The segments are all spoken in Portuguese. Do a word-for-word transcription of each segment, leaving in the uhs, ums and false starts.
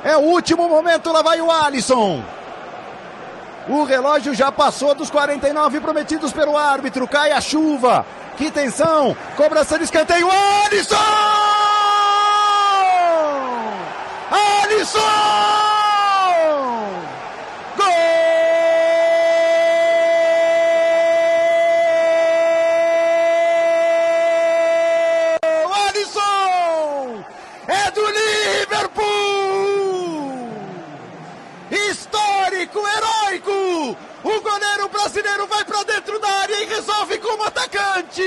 É o último momento, lá vai o Alisson. O relógio já passou dos quarenta e nove prometidos pelo árbitro. Cai a chuva. Que tensão. Cobrança de escanteio. Alisson! Alisson! Heróico! O goleiro brasileiro vai para dentro da área e resolve como atacante!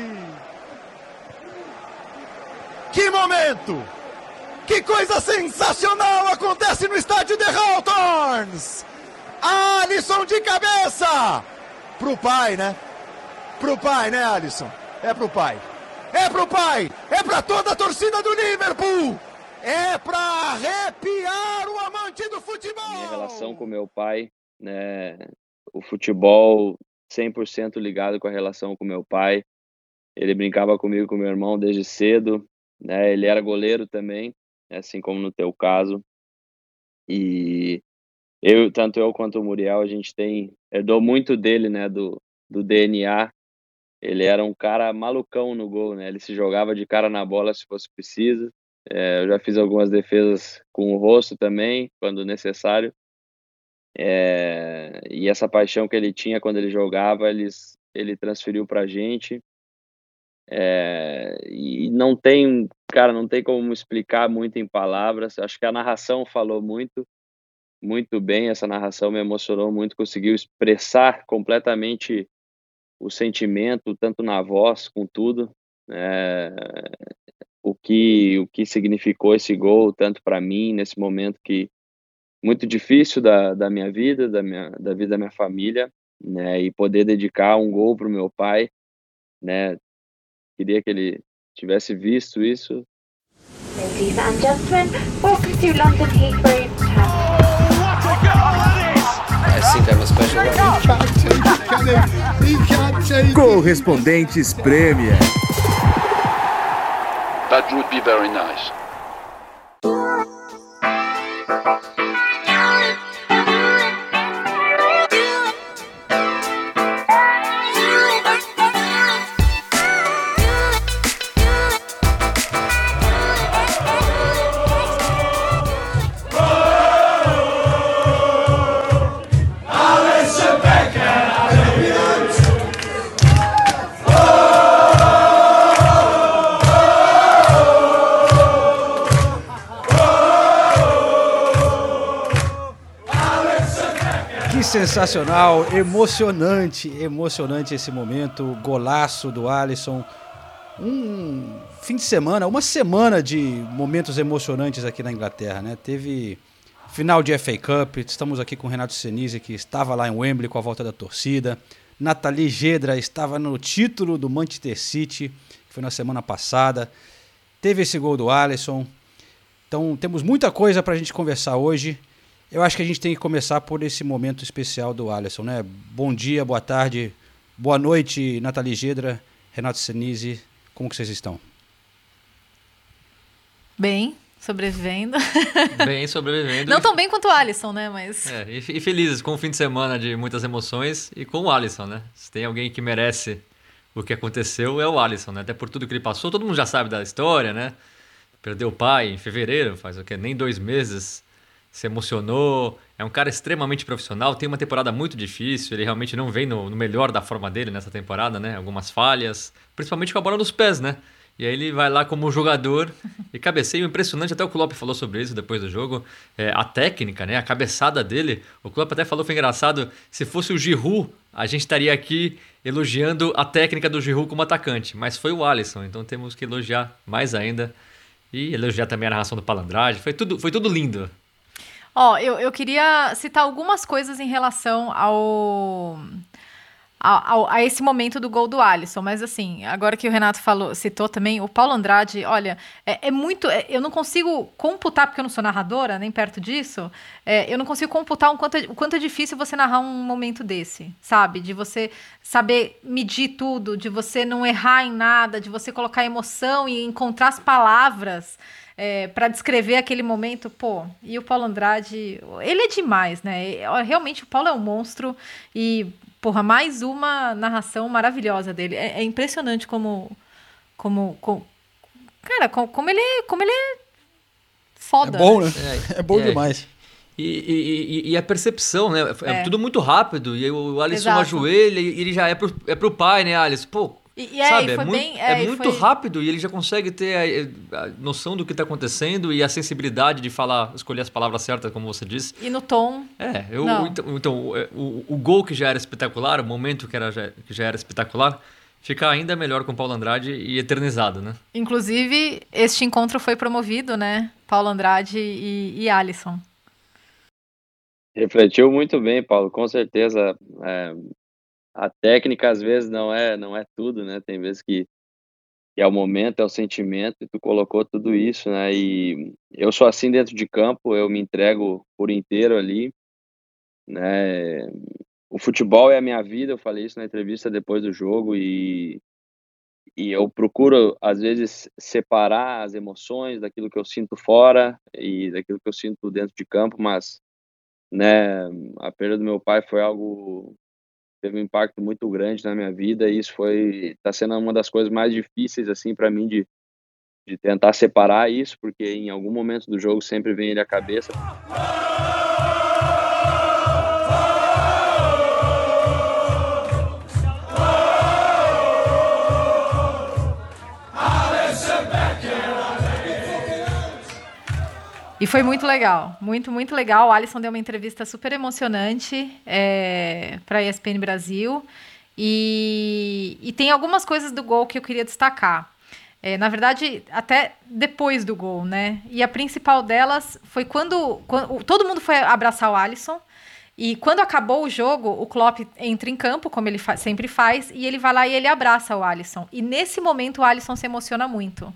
Que momento! Que coisa sensacional acontece no estádio de Hawthorns! Alisson de cabeça! Pro pai, né? Pro pai, né, Alisson? É pro pai. É pro pai! É pra toda a torcida do Liverpool! É para arrepiar o amante do futebol! Minha relação com meu pai, né? O futebol cem por cento ligado com a relação com meu pai. Ele brincava comigo e com meu irmão desde cedo, né? Ele era goleiro também, assim como no teu caso. E eu, tanto eu quanto o Muriel, a gente tem herdou muito dele, né? Do, do D N A. Ele era um cara malucão no gol, né? Ele se jogava de cara na bola se fosse preciso. É, eu já fiz algumas defesas com o rosto também, quando necessário. É, e essa paixão que ele tinha quando ele jogava, ele, ele transferiu pra gente. É, e não tem, cara, não tem como explicar muito em palavras. Acho que a narração falou muito, muito bem. Essa narração me emocionou muito, conseguiu expressar completamente o sentimento, tanto na voz, com tudo. É, o que o que significou esse gol tanto para mim nesse momento que muito difícil da, da minha vida, da minha da vida da minha família, né, e poder dedicar um gol pro meu pai, né? Queria que ele tivesse visto isso. Ladies and gentlemen, welcome to London Heathrow International. I think I'm a special one. Correspondentes Premier. That would be very nice. Sensacional, emocionante, emocionante esse momento, golaço do Alisson, um fim de semana, uma semana de momentos emocionantes aqui na Inglaterra, né? Teve final de F A Cup, estamos aqui com o Renato Senise, que estava lá em Wembley com a volta da torcida, Nathalie Gedra estava no título do Manchester City, que foi na semana passada, teve esse gol do Alisson, então temos muita coisa para a gente conversar hoje. Eu acho que a gente tem que começar por esse momento especial do Alisson, né? Bom dia, boa tarde, boa noite, Nathalie Gedra, Renato Senise, como que vocês estão? Bem, sobrevivendo. Bem, sobrevivendo. Não tão bem quanto o Alisson, né? Mas... É, e, e felizes com o fim de semana de muitas emoções e com o Alisson, né? Se tem alguém que merece o que aconteceu, é o Alisson, né? Até por tudo que ele passou, todo mundo já sabe da história, né? Perdeu o pai em fevereiro, faz o quê? Nem dois meses... Se emocionou, é um cara extremamente profissional, tem uma temporada muito difícil, ele realmente não vem no, no melhor da forma dele nessa temporada, né? Algumas falhas, principalmente com a bola nos pés, né? E aí ele vai lá como jogador e cabeceio impressionante, até o Klopp falou sobre isso depois do jogo, é, a técnica, né? A cabeçada dele, o Klopp até falou, foi engraçado, se fosse o Giroud, a gente estaria aqui elogiando a técnica do Giroud como atacante, mas foi o Alisson, então temos que elogiar mais ainda e elogiar também a narração do Palandrade, foi tudo, foi tudo lindo. Ó, eu, eu queria citar algumas coisas em relação ao, ao, a esse momento do gol do Alisson, mas assim, agora que o Renato falou, citou também, o Paulo Andrade, olha, é, é muito, é, eu não consigo computar, porque eu não sou narradora, nem perto disso, é, eu não consigo computar o quanto, é, o quanto é difícil você narrar um momento desse, sabe? De você saber medir tudo, de você não errar em nada, de você colocar emoção e encontrar as palavras. é, para descrever aquele momento, pô, e o Paulo Andrade, ele é demais, né? Realmente o Paulo é um monstro e, porra, mais uma narração maravilhosa dele. É, é impressionante como, como, como cara, como, como ele, como ele é foda. É bom, né? É, é bom é. demais. E, e, e, e a percepção, né? É, É. tudo muito rápido. E o Alisson Exato. ajoelha e ele já é pro, é pro pai, né, Alisson? Pô, E, e é, sabe? e É, foi muito, bem, é é, e muito foi- rápido e ele já consegue ter a, a noção do que tá acontecendo e a sensibilidade de falar, escolher as palavras certas, como você disse. E no tom. É, eu, Não. então, então o, o, o gol que já era espetacular, o momento que, era, já, que já era espetacular, fica ainda melhor com o Paulo Andrade e eternizado, né? Inclusive, este encontro foi promovido, né? Paulo Andrade e, e Alisson. Refletiu muito bem, Paulo, com certeza. É, a técnica às vezes não é, não é tudo, né? Tem vezes que, que é o momento, é o sentimento, e tu colocou tudo isso, né? E eu sou assim dentro de campo, eu me entrego por inteiro ali, né? O futebol é a minha vida, eu falei isso na entrevista depois do jogo e, e eu procuro, às vezes, separar as emoções daquilo que eu sinto fora e daquilo que eu sinto dentro de campo, mas, né, a perda do meu pai foi algo, teve um impacto muito grande na minha vida e isso foi, tá sendo uma das coisas mais difíceis, assim, para mim de, de tentar separar isso, porque em algum momento do jogo sempre vem ele à cabeça. E foi muito legal, muito, muito legal. O Alisson deu uma entrevista super emocionante é, para a E S P N Brasil. E, e tem algumas coisas do gol que eu queria destacar. É, na verdade, até depois do gol, né? E a principal delas foi quando, quando todo mundo foi abraçar o Alisson. E quando acabou o jogo, o Klopp entra em campo, como ele fa- sempre faz, e ele vai lá e ele abraça o Alisson. E nesse momento o Alisson se emociona muito.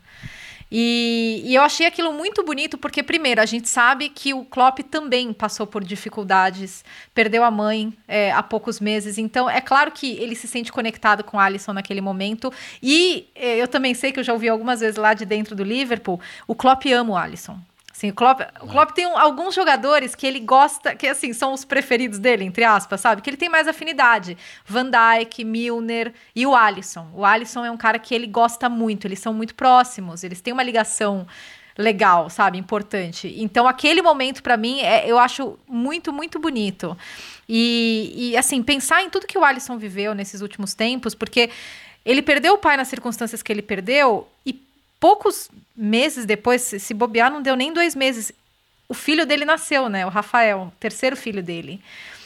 E, e eu achei aquilo muito bonito, porque, primeiro, a gente sabe que o Klopp também passou por dificuldades, perdeu a mãe é, há poucos meses, então é claro que ele se sente conectado com o Alisson naquele momento, e é, eu também sei que eu já ouvi algumas vezes lá de dentro do Liverpool, o Klopp ama o Alisson. Assim, o Klopp, o Klopp tem um, alguns jogadores que ele gosta, que assim, são os preferidos dele, entre aspas, sabe? Que ele tem mais afinidade. Van Dijk, Milner e o Alisson. O Alisson é um cara que ele gosta muito, eles são muito próximos, eles têm uma ligação legal, sabe? Importante. Então, aquele momento, pra mim, é, eu acho muito, muito bonito. E, e, assim, pensar em tudo que o Alisson viveu nesses últimos tempos, porque ele perdeu o pai nas circunstâncias que ele perdeu e poucos meses depois, se bobear, não deu nem dois meses, o filho dele nasceu, né? O Rafael, o terceiro filho dele.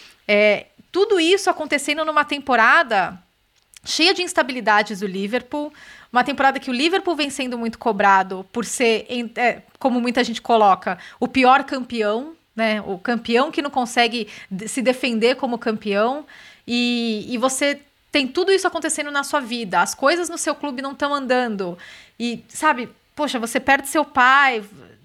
É, tudo isso acontecendo numa temporada cheia de instabilidades do Liverpool, uma temporada que o Liverpool vem sendo muito cobrado por ser, é, como muita gente coloca, o pior campeão, né? O campeão que não consegue se defender como campeão, e, e você tem tudo isso acontecendo na sua vida, as coisas no seu clube não estão andando, e, sabe, poxa, você perde seu pai.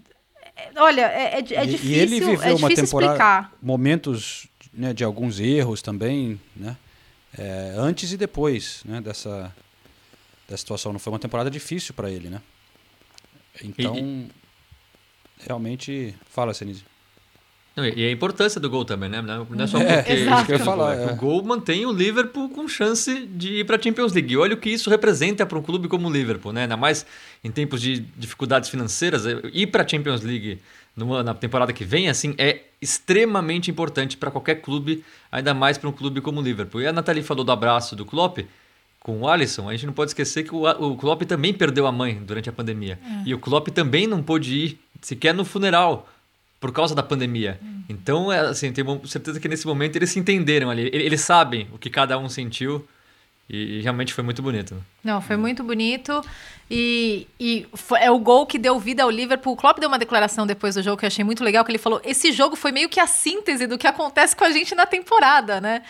Olha, é, é, é e, difícil, e ele viveu é uma difícil temporada, explicar. momentos, né, de alguns erros também, né? É, antes e depois, né, dessa, dessa situação. Não foi uma temporada difícil para ele, né? Então, E- realmente, fala, Senise. Não, e e a importância do gol também, né? Não é só É, porque exato. isso que eu ia falar, é que é. o gol mantém o Liverpool com chance de ir para a Champions League. E olha o que isso representa para um clube como o Liverpool, né? Ainda mais em tempos de dificuldades financeiras, ir para a Champions League numa, na temporada que vem, assim, é extremamente importante para qualquer clube, ainda mais para um clube como o Liverpool. E a Nathalie falou do abraço do Klopp com o Alisson. A gente não pode esquecer que o, o Klopp também perdeu a mãe durante a pandemia. E o Klopp também não pôde ir sequer no funeral por causa da pandemia. Então, é, assim, tenho certeza que nesse momento eles se entenderam ali. Eles, eles sabem o que cada um sentiu e, e realmente foi muito bonito. Né? Não, foi muito bonito. E, e foi- é o gol que deu vida ao Liverpool. O Klopp deu uma declaração depois do jogo que eu achei muito legal, que ele falou, esse jogo foi meio que a síntese do que acontece com a gente na temporada, né?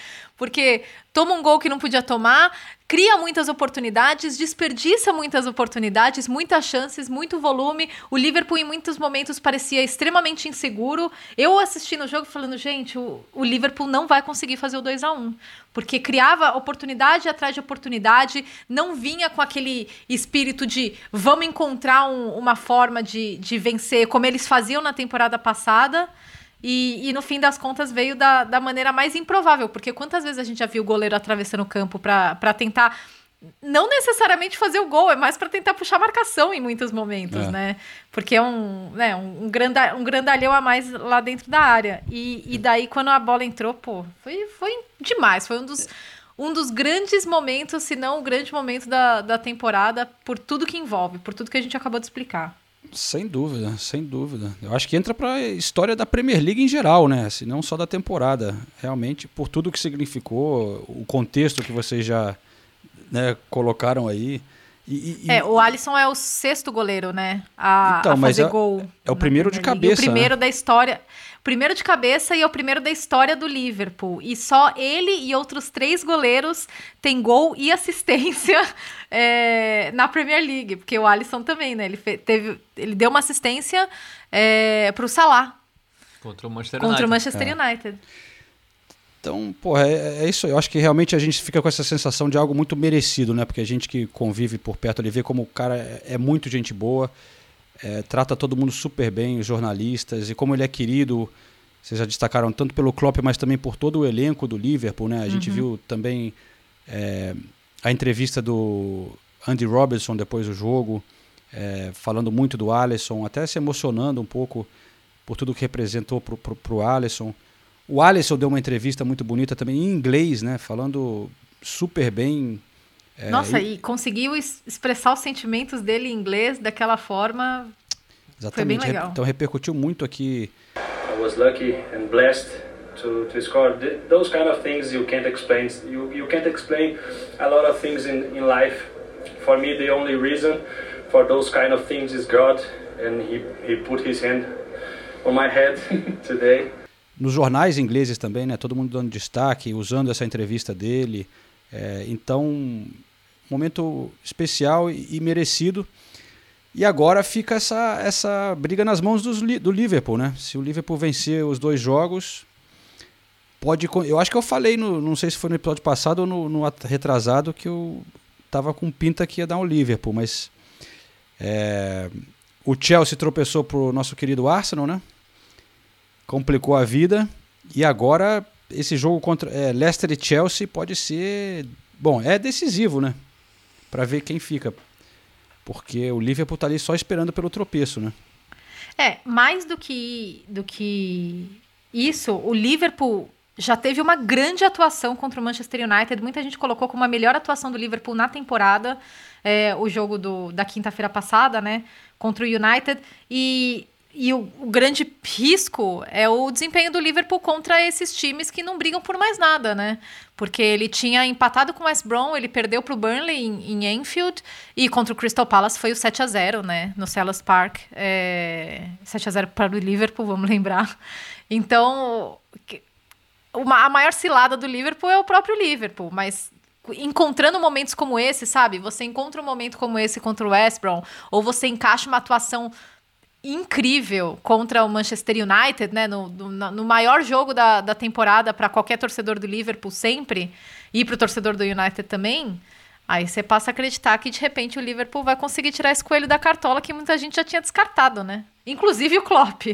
porque toma um gol que não podia tomar, cria muitas oportunidades, desperdiça muitas oportunidades, muitas chances, muito volume. O Liverpool, em muitos momentos, parecia extremamente inseguro. Eu assistindo o jogo falando, gente, o, o Liverpool não vai conseguir fazer o dois a um, porque criava oportunidade atrás de oportunidade, não vinha com aquele espírito de vamos encontrar um, uma forma de, de vencer, como eles faziam na temporada passada. E, e no fim das contas veio da, da maneira mais improvável, porque quantas vezes a gente já viu o goleiro atravessando o campo para tentar, não necessariamente fazer o gol, é mais para tentar puxar marcação em muitos momentos, é. né? Porque é um, né, um, granda, um grandalhão a mais lá dentro da área. E, e daí, quando a bola entrou, pô, foi, foi demais. Foi um dos, um dos grandes momentos, se não o grande momento da, da temporada, por tudo que envolve, por tudo que a gente acabou de explicar. Sem dúvida, sem dúvida. Eu acho que entra para a história da Premier League em geral, né? Se não só da temporada. Realmente, por tudo que significou, o contexto que vocês já, né, colocaram aí. E, e, é, o Alisson é o sexto goleiro, né? A, então, a fazer mas é, gol. É o primeiro de cabeça. O primeiro né? da história. Primeiro de cabeça e é o primeiro da história do Liverpool. E só ele e outros três goleiros têm gol e assistência é, na Premier League. Porque o Alisson também, né? Ele, fe, teve, ele deu uma assistência é, para o Salah. Contra o Manchester Contra United. o Manchester É. United. Então, porra, é, é isso aí. Eu acho que realmente a gente fica com essa sensação de algo muito merecido, né? Porque a gente que convive por perto ali vê como o cara é, é muito gente boa. É, trata todo mundo super bem, os jornalistas, e como ele é querido, vocês já destacaram tanto pelo Klopp, mas também por todo o elenco do Liverpool, né? A gente Uhum. viu também é, a entrevista do Andy Robertson depois do jogo, é, falando muito do Alisson, até se emocionando um pouco por tudo que representou pro, pro, pro Alisson. O Alisson deu uma entrevista muito bonita também em inglês, né? Falando super bem. É, Nossa, e... e conseguiu es- expressar os sentimentos dele em inglês daquela forma. Exatamente. Foi bem legal. Então repercutiu muito aqui. I was lucky and blessed to, to score. Th- those kind of things you can't explain. You, you can't explain a lot of things in, in life. For me, the only reason for those kind of things is God, and he, he put his hand on my head today. Nos jornais ingleses também, né? Todo mundo dando destaque, usando essa entrevista dele. É, então, um momento especial e, e merecido. E agora fica essa, essa briga nas mãos dos, do Liverpool, né? Se o Liverpool vencer os dois jogos, pode... Eu acho que eu falei, no, não sei se foi no episódio passado ou no, no retrasado, que eu tava com pinta que ia dar o Liverpool, mas é, o Chelsea tropeçou pro nosso querido Arsenal, né? Complicou a vida. E agora esse jogo contra é, Leicester e Chelsea pode ser... Bom, é decisivo, né? Para ver quem fica. Porque o Liverpool tá ali só esperando pelo tropeço, né? É, mais do que, do que isso, o Liverpool já teve uma grande atuação contra o Manchester United. Muita gente colocou como a melhor atuação do Liverpool na temporada, é, o jogo do, da quinta-feira passada, né? Contra o United. E... E o, o grande risco é o desempenho do Liverpool contra esses times que não brigam por mais nada, né? Porque ele tinha empatado com o West Brom, ele perdeu para o Burnley em, em Anfield, e contra o Crystal Palace foi o sete a zero, né? No Selhurst Park. É, sete a zero para o Liverpool, vamos lembrar. Então, uma, a maior cilada do Liverpool é o próprio Liverpool, mas... encontrando momentos como esse, sabe? Você encontra um momento como esse contra o West Brom, ou você encaixa uma atuação incrível contra o Manchester United, né, no, no, no maior jogo da, da temporada para qualquer torcedor do Liverpool sempre, e para o torcedor do United também, aí você passa a acreditar que de repente o Liverpool vai conseguir tirar esse coelho da cartola que muita gente já tinha descartado, né? Inclusive o Klopp.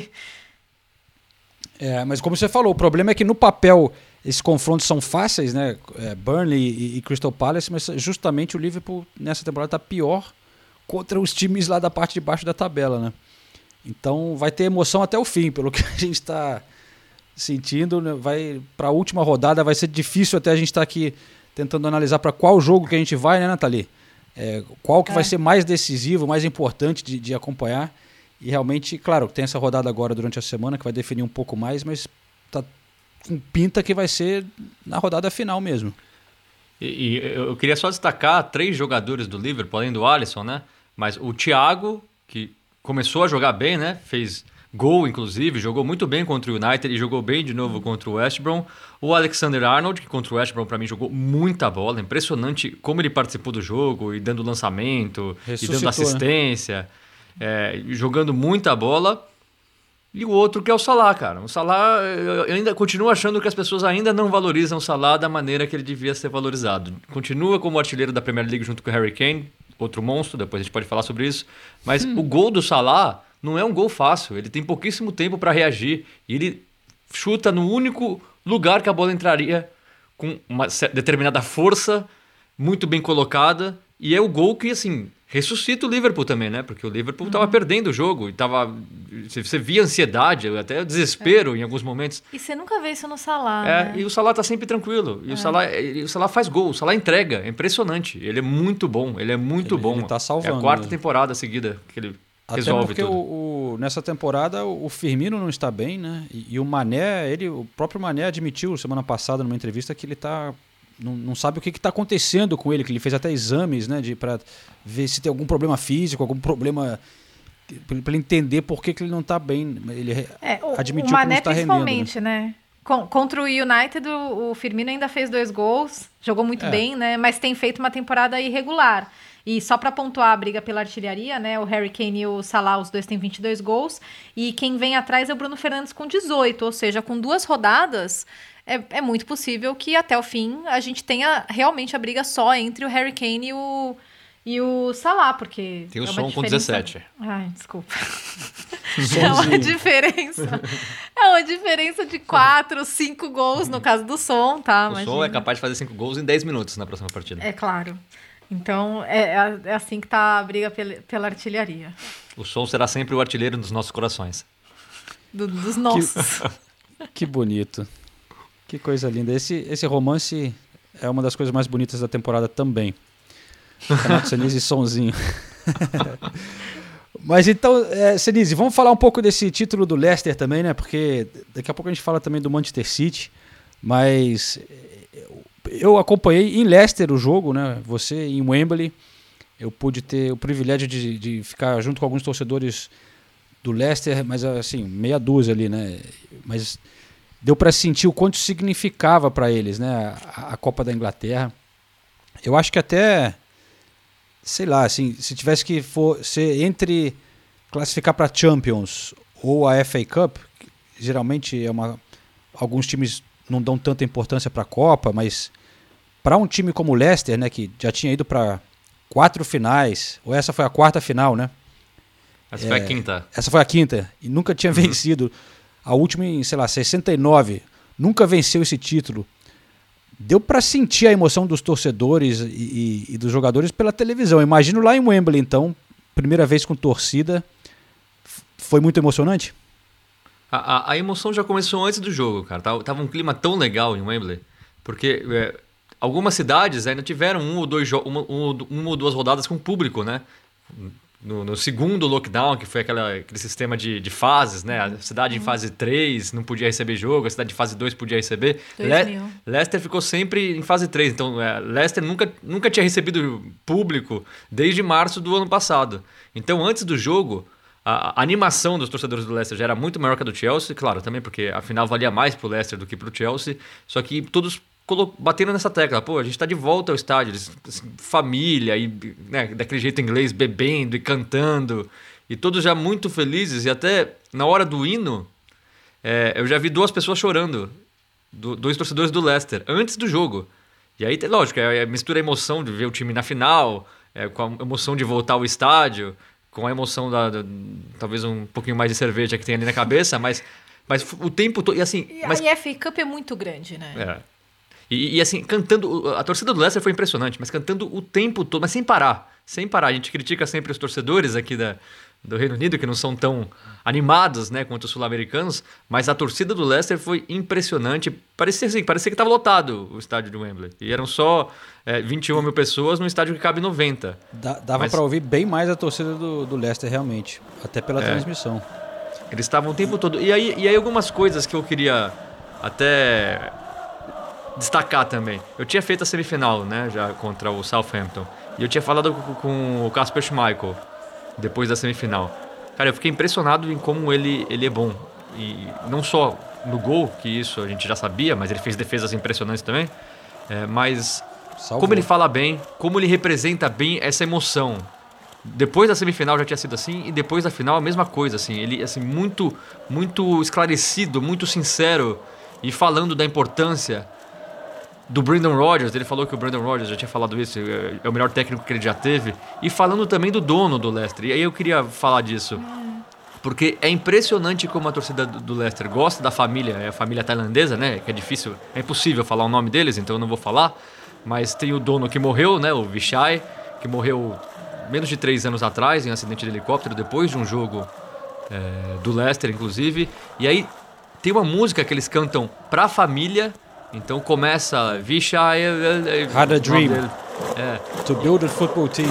É, mas como você falou, o problema é que no papel esses confrontos são fáceis, né? É, Burnley e, e Crystal Palace, mas justamente o Liverpool nessa temporada está pior contra os times lá da parte de baixo da tabela, né? Então vai ter emoção até o fim, pelo que a gente está sentindo, né? Vai para a última rodada, vai ser difícil até a gente estar tá aqui tentando analisar para qual jogo que a gente vai, né, Nathalie? É, qual que é. vai ser mais decisivo, mais importante de, de acompanhar. E realmente, claro, tem essa rodada agora durante a semana que vai definir um pouco mais, mas tá com pinta que vai ser na rodada final mesmo. E, e eu queria só destacar três jogadores do Liverpool, além do Alisson, né? Mas o Thiago, que começou a jogar bem, né? Fez gol, inclusive, jogou muito bem contra o United e jogou bem de novo contra o West Brom. O Alexander-Arnold, que contra o West Brom, para mim, jogou muita bola. Impressionante como ele participou do jogo, e dando lançamento, Ressuscitou, e dando assistência, né? é, jogando muita bola. E o outro que é o Salah, cara. O Salah, eu ainda continuo achando que as pessoas ainda não valorizam o Salah da maneira que ele devia ser valorizado. Continua como artilheiro da Premier League junto com o Harry Kane, outro monstro, depois a gente pode falar sobre isso. Mas hum. o gol do Salah não é um gol fácil. Ele tem pouquíssimo tempo para reagir. E ele chuta no único lugar que a bola entraria com uma determinada força, muito bem colocada. E é o gol que, assim, ressuscita o Liverpool também, né? Porque o Liverpool estava uhum. perdendo o jogo. E tava, você via ansiedade, até desespero é. em alguns momentos. E você nunca vê isso no Salah, é, né? E o Salah tá sempre tranquilo. E é. o, Salah, e o Salah faz gol, o Salah entrega. É impressionante. Ele é muito bom, ele é muito ele, bom. Ele tá salvando. É a quarta temporada seguida que ele Até resolve porque tudo. O, o, nessa temporada o Firmino não está bem, né? E, e o Mané, ele, o próprio Mané admitiu semana passada numa entrevista que ele tá... Não, não sabe o que está acontecendo com ele, que ele fez até exames, né, para ver se tem algum problema físico, algum problema, para ele entender por que, que ele não está bem. Ele é, o, admitiu o Mané que não está principalmente, rendendo. Né? né? Com, contra o United, o, o Firmino ainda fez dois gols, jogou muito é. bem, né? Mas tem feito uma temporada irregular. E só para pontuar a briga pela artilharia, né? O Harry Kane e o Salah, os dois têm vinte e dois gols. E quem vem atrás é o Bruno Fernandes com dezoito, ou seja, com duas rodadas... É, é muito possível que até o fim a gente tenha realmente a briga só entre o Harry Kane e o, e o Salah, porque... Tem o é som diferença... com dezessete. Ai, desculpa. é uma diferença. É uma diferença de quatro, cinco gols no caso do som, tá? O Imagina. som é capaz de fazer cinco gols em dez minutos na próxima partida. É claro. Então, é, é assim que tá a briga pela, pela artilharia. O som será sempre o artilheiro dos nossos corações. Do, dos nossos. Que, que bonito. Que coisa linda. Esse, esse romance é uma das coisas mais bonitas da temporada também. Renato Senise e Sonzinho. Mas então, é, Senise, vamos falar um pouco desse título do Leicester também, né? Porque daqui a pouco a gente fala também do Manchester City. Mas eu acompanhei em Leicester o jogo, né? Você em Wembley. Eu pude ter o privilégio de, de ficar junto com alguns torcedores do Leicester, mas assim, meia dúzia ali, né? Mas... deu para sentir o quanto significava para eles, né, a, a Copa da Inglaterra. Eu acho que até, sei lá, assim, se tivesse que for ser entre classificar para Champions ou a F A Cup, geralmente é uma, alguns times não dão tanta importância para a Copa, mas para um time como o Leicester, né, que já tinha ido para quatro finais, ou essa foi a quarta final, né? Essa é, foi a quinta. Essa foi a quinta e nunca tinha uhum. vencido. A última em, sei lá, sessenta e nove, nunca venceu esse título. Deu para sentir a emoção dos torcedores e, e, e dos jogadores pela televisão. Imagino lá em Wembley, então, primeira vez com torcida, foi muito emocionante? A, a, a emoção já começou antes do jogo, cara. Tava, tava um clima tão legal em Wembley, porque é, algumas cidades ainda tiveram um ou dois uma, um, uma ou duas rodadas com público, né? No, no segundo lockdown, que foi aquela, aquele sistema de, de fases, né? A cidade uhum. em fase três não podia receber jogo, a cidade em fase dois podia receber. Le- Leicester ficou sempre em fase três. Então, é, Leicester nunca, nunca tinha recebido público desde março do ano passado. Então, antes do jogo, a, a animação dos torcedores do Leicester já era muito maior que a do Chelsea. Claro, também porque a final valia mais pro Leicester do que pro Chelsea. Só que todos bateram nessa tecla, pô, a gente tá de volta ao estádio, eles, assim, família, e, né, daquele jeito inglês, bebendo e cantando, e todos já muito felizes, e até na hora do hino, é, eu já vi duas pessoas chorando, do, dois torcedores do Leicester, antes do jogo. E aí, lógico, é, é mistura a emoção de ver o time na final, é, com a emoção de voltar ao estádio, com a emoção da, da talvez um pouquinho mais de cerveja que tem ali na cabeça, mas, mas o tempo todo, e assim... E mas, a F A Cup é muito grande, né? É. E, e assim, cantando... A torcida do Leicester foi impressionante, mas cantando o tempo todo, mas sem parar. Sem parar. A gente critica sempre os torcedores aqui da, do Reino Unido, que não são tão animados, né, quanto os sul-americanos, mas a torcida do Leicester foi impressionante. Parecia assim, parecia que estava lotado o estádio de Wembley. E eram só é, vinte e uma mil pessoas num estádio que cabe noventa. Dá, dava mas... para ouvir bem mais a torcida do, do Leicester, realmente. Até pela é. transmissão. Eles estavam o tempo todo. E aí, e aí algumas coisas que eu queria até... destacar também. Eu tinha feito a semifinal, né, já contra o Southampton. E eu tinha falado com, com o Kasper Schmeichel depois da semifinal. Cara, eu fiquei impressionado em como ele, ele é bom. E não só no gol, que isso a gente já sabia, mas ele fez defesas impressionantes também. É, mas Salvou. Como ele fala bem, como ele representa bem essa emoção. Depois da semifinal já tinha sido assim, e depois da final a mesma coisa, assim. Ele, assim, muito, muito esclarecido, muito sincero, e falando da importância do Brendan Rodgers. Ele falou que o Brendan Rodgers, já tinha falado isso, é o melhor técnico que ele já teve. E falando também do dono do Leicester. E aí eu queria falar disso. Porque é impressionante como a torcida do Leicester gosta da família, é a família tailandesa, né? Que é difícil, é impossível falar o nome deles, então eu não vou falar. Mas tem o dono que morreu, né? O Vichai, que morreu menos de três anos atrás em um acidente de helicóptero, depois de um jogo é, do Leicester, inclusive. E aí tem uma música que eles cantam pra família. Então começa Vichai... Had a dream é. to build a football team.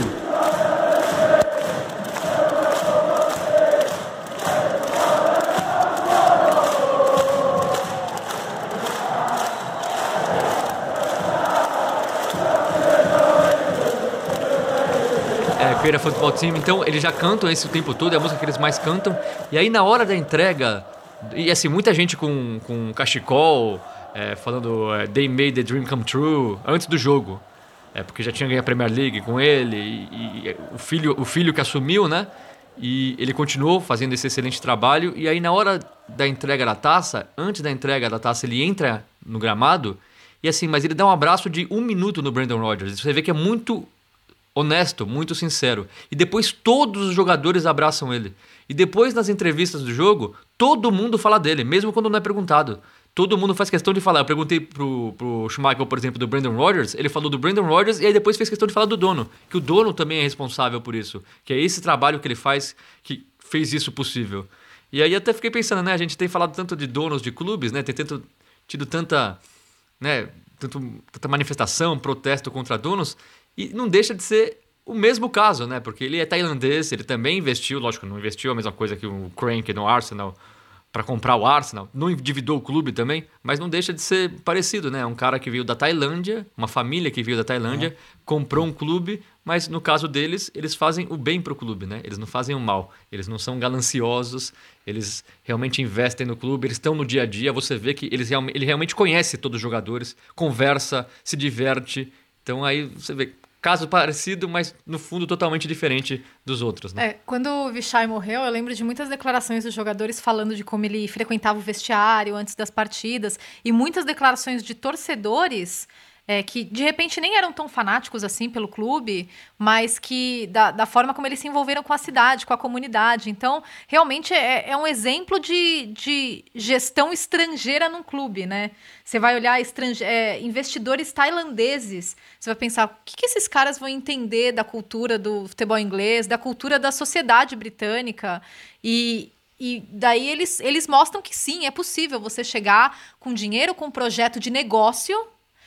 Create a Football Team. Então eles já cantam esse o tempo todo, é a música que eles mais cantam. E aí na hora da entrega, e assim, muita gente com, com cachecol, é, falando é, They made the dream come true, antes do jogo. É, porque já tinha ganho a Premier League com ele, e, e o, filho, o filho que assumiu, né? E ele continuou fazendo esse excelente trabalho. E aí na hora da entrega da taça, antes da entrega da taça, ele entra no gramado, e assim, mas ele dá um abraço de um minuto no Brendan Rodgers. Você vê que é muito honesto, muito sincero. E depois todos os jogadores abraçam ele. E depois nas entrevistas do jogo, todo mundo fala dele, mesmo quando não é perguntado. Todo mundo faz questão de falar. Eu perguntei pro, pro Schmeichel, por exemplo, do Brendan Rodgers, ele falou do Brendan Rodgers e aí depois fez questão de falar do dono, que o dono também é responsável por isso, que é esse trabalho que ele faz que fez isso possível. E aí até fiquei pensando, né, a gente tem falado tanto de donos de clubes, né, tem tanto, tido tanta, né, tanto, tanta manifestação, protesto contra donos. E não deixa de ser o mesmo caso, né? Porque ele é tailandês, ele também investiu, lógico, não investiu a mesma coisa que o Kroenke no Arsenal para comprar o Arsenal, não endividou o clube também, mas não deixa de ser parecido, né? Um cara que veio da Tailândia, uma família que veio da Tailândia, uhum. comprou um clube, mas no caso deles, eles fazem o bem pro clube, né? Eles não fazem o mal, eles não são gananciosos, eles realmente investem no clube, eles estão no dia a dia, você vê que eles, ele realmente conhece todos os jogadores, conversa, se diverte, então aí você vê... Caso parecido, mas no fundo totalmente diferente dos outros, né? É, quando o Vichai morreu, eu lembro de muitas declarações dos jogadores falando de como ele frequentava o vestiário antes das partidas e muitas declarações de torcedores é, que de repente nem eram tão fanáticos assim pelo clube, mas que da, da forma como eles se envolveram com a cidade, com a comunidade. Então, realmente é, é um exemplo de, de gestão estrangeira num clube, né? Você vai olhar estrange- é, investidores tailandeses, você vai pensar, o que, que esses caras vão entender da cultura do futebol inglês, da cultura da sociedade britânica? E, e daí eles, eles mostram que sim, é possível você chegar com dinheiro, com um projeto de negócio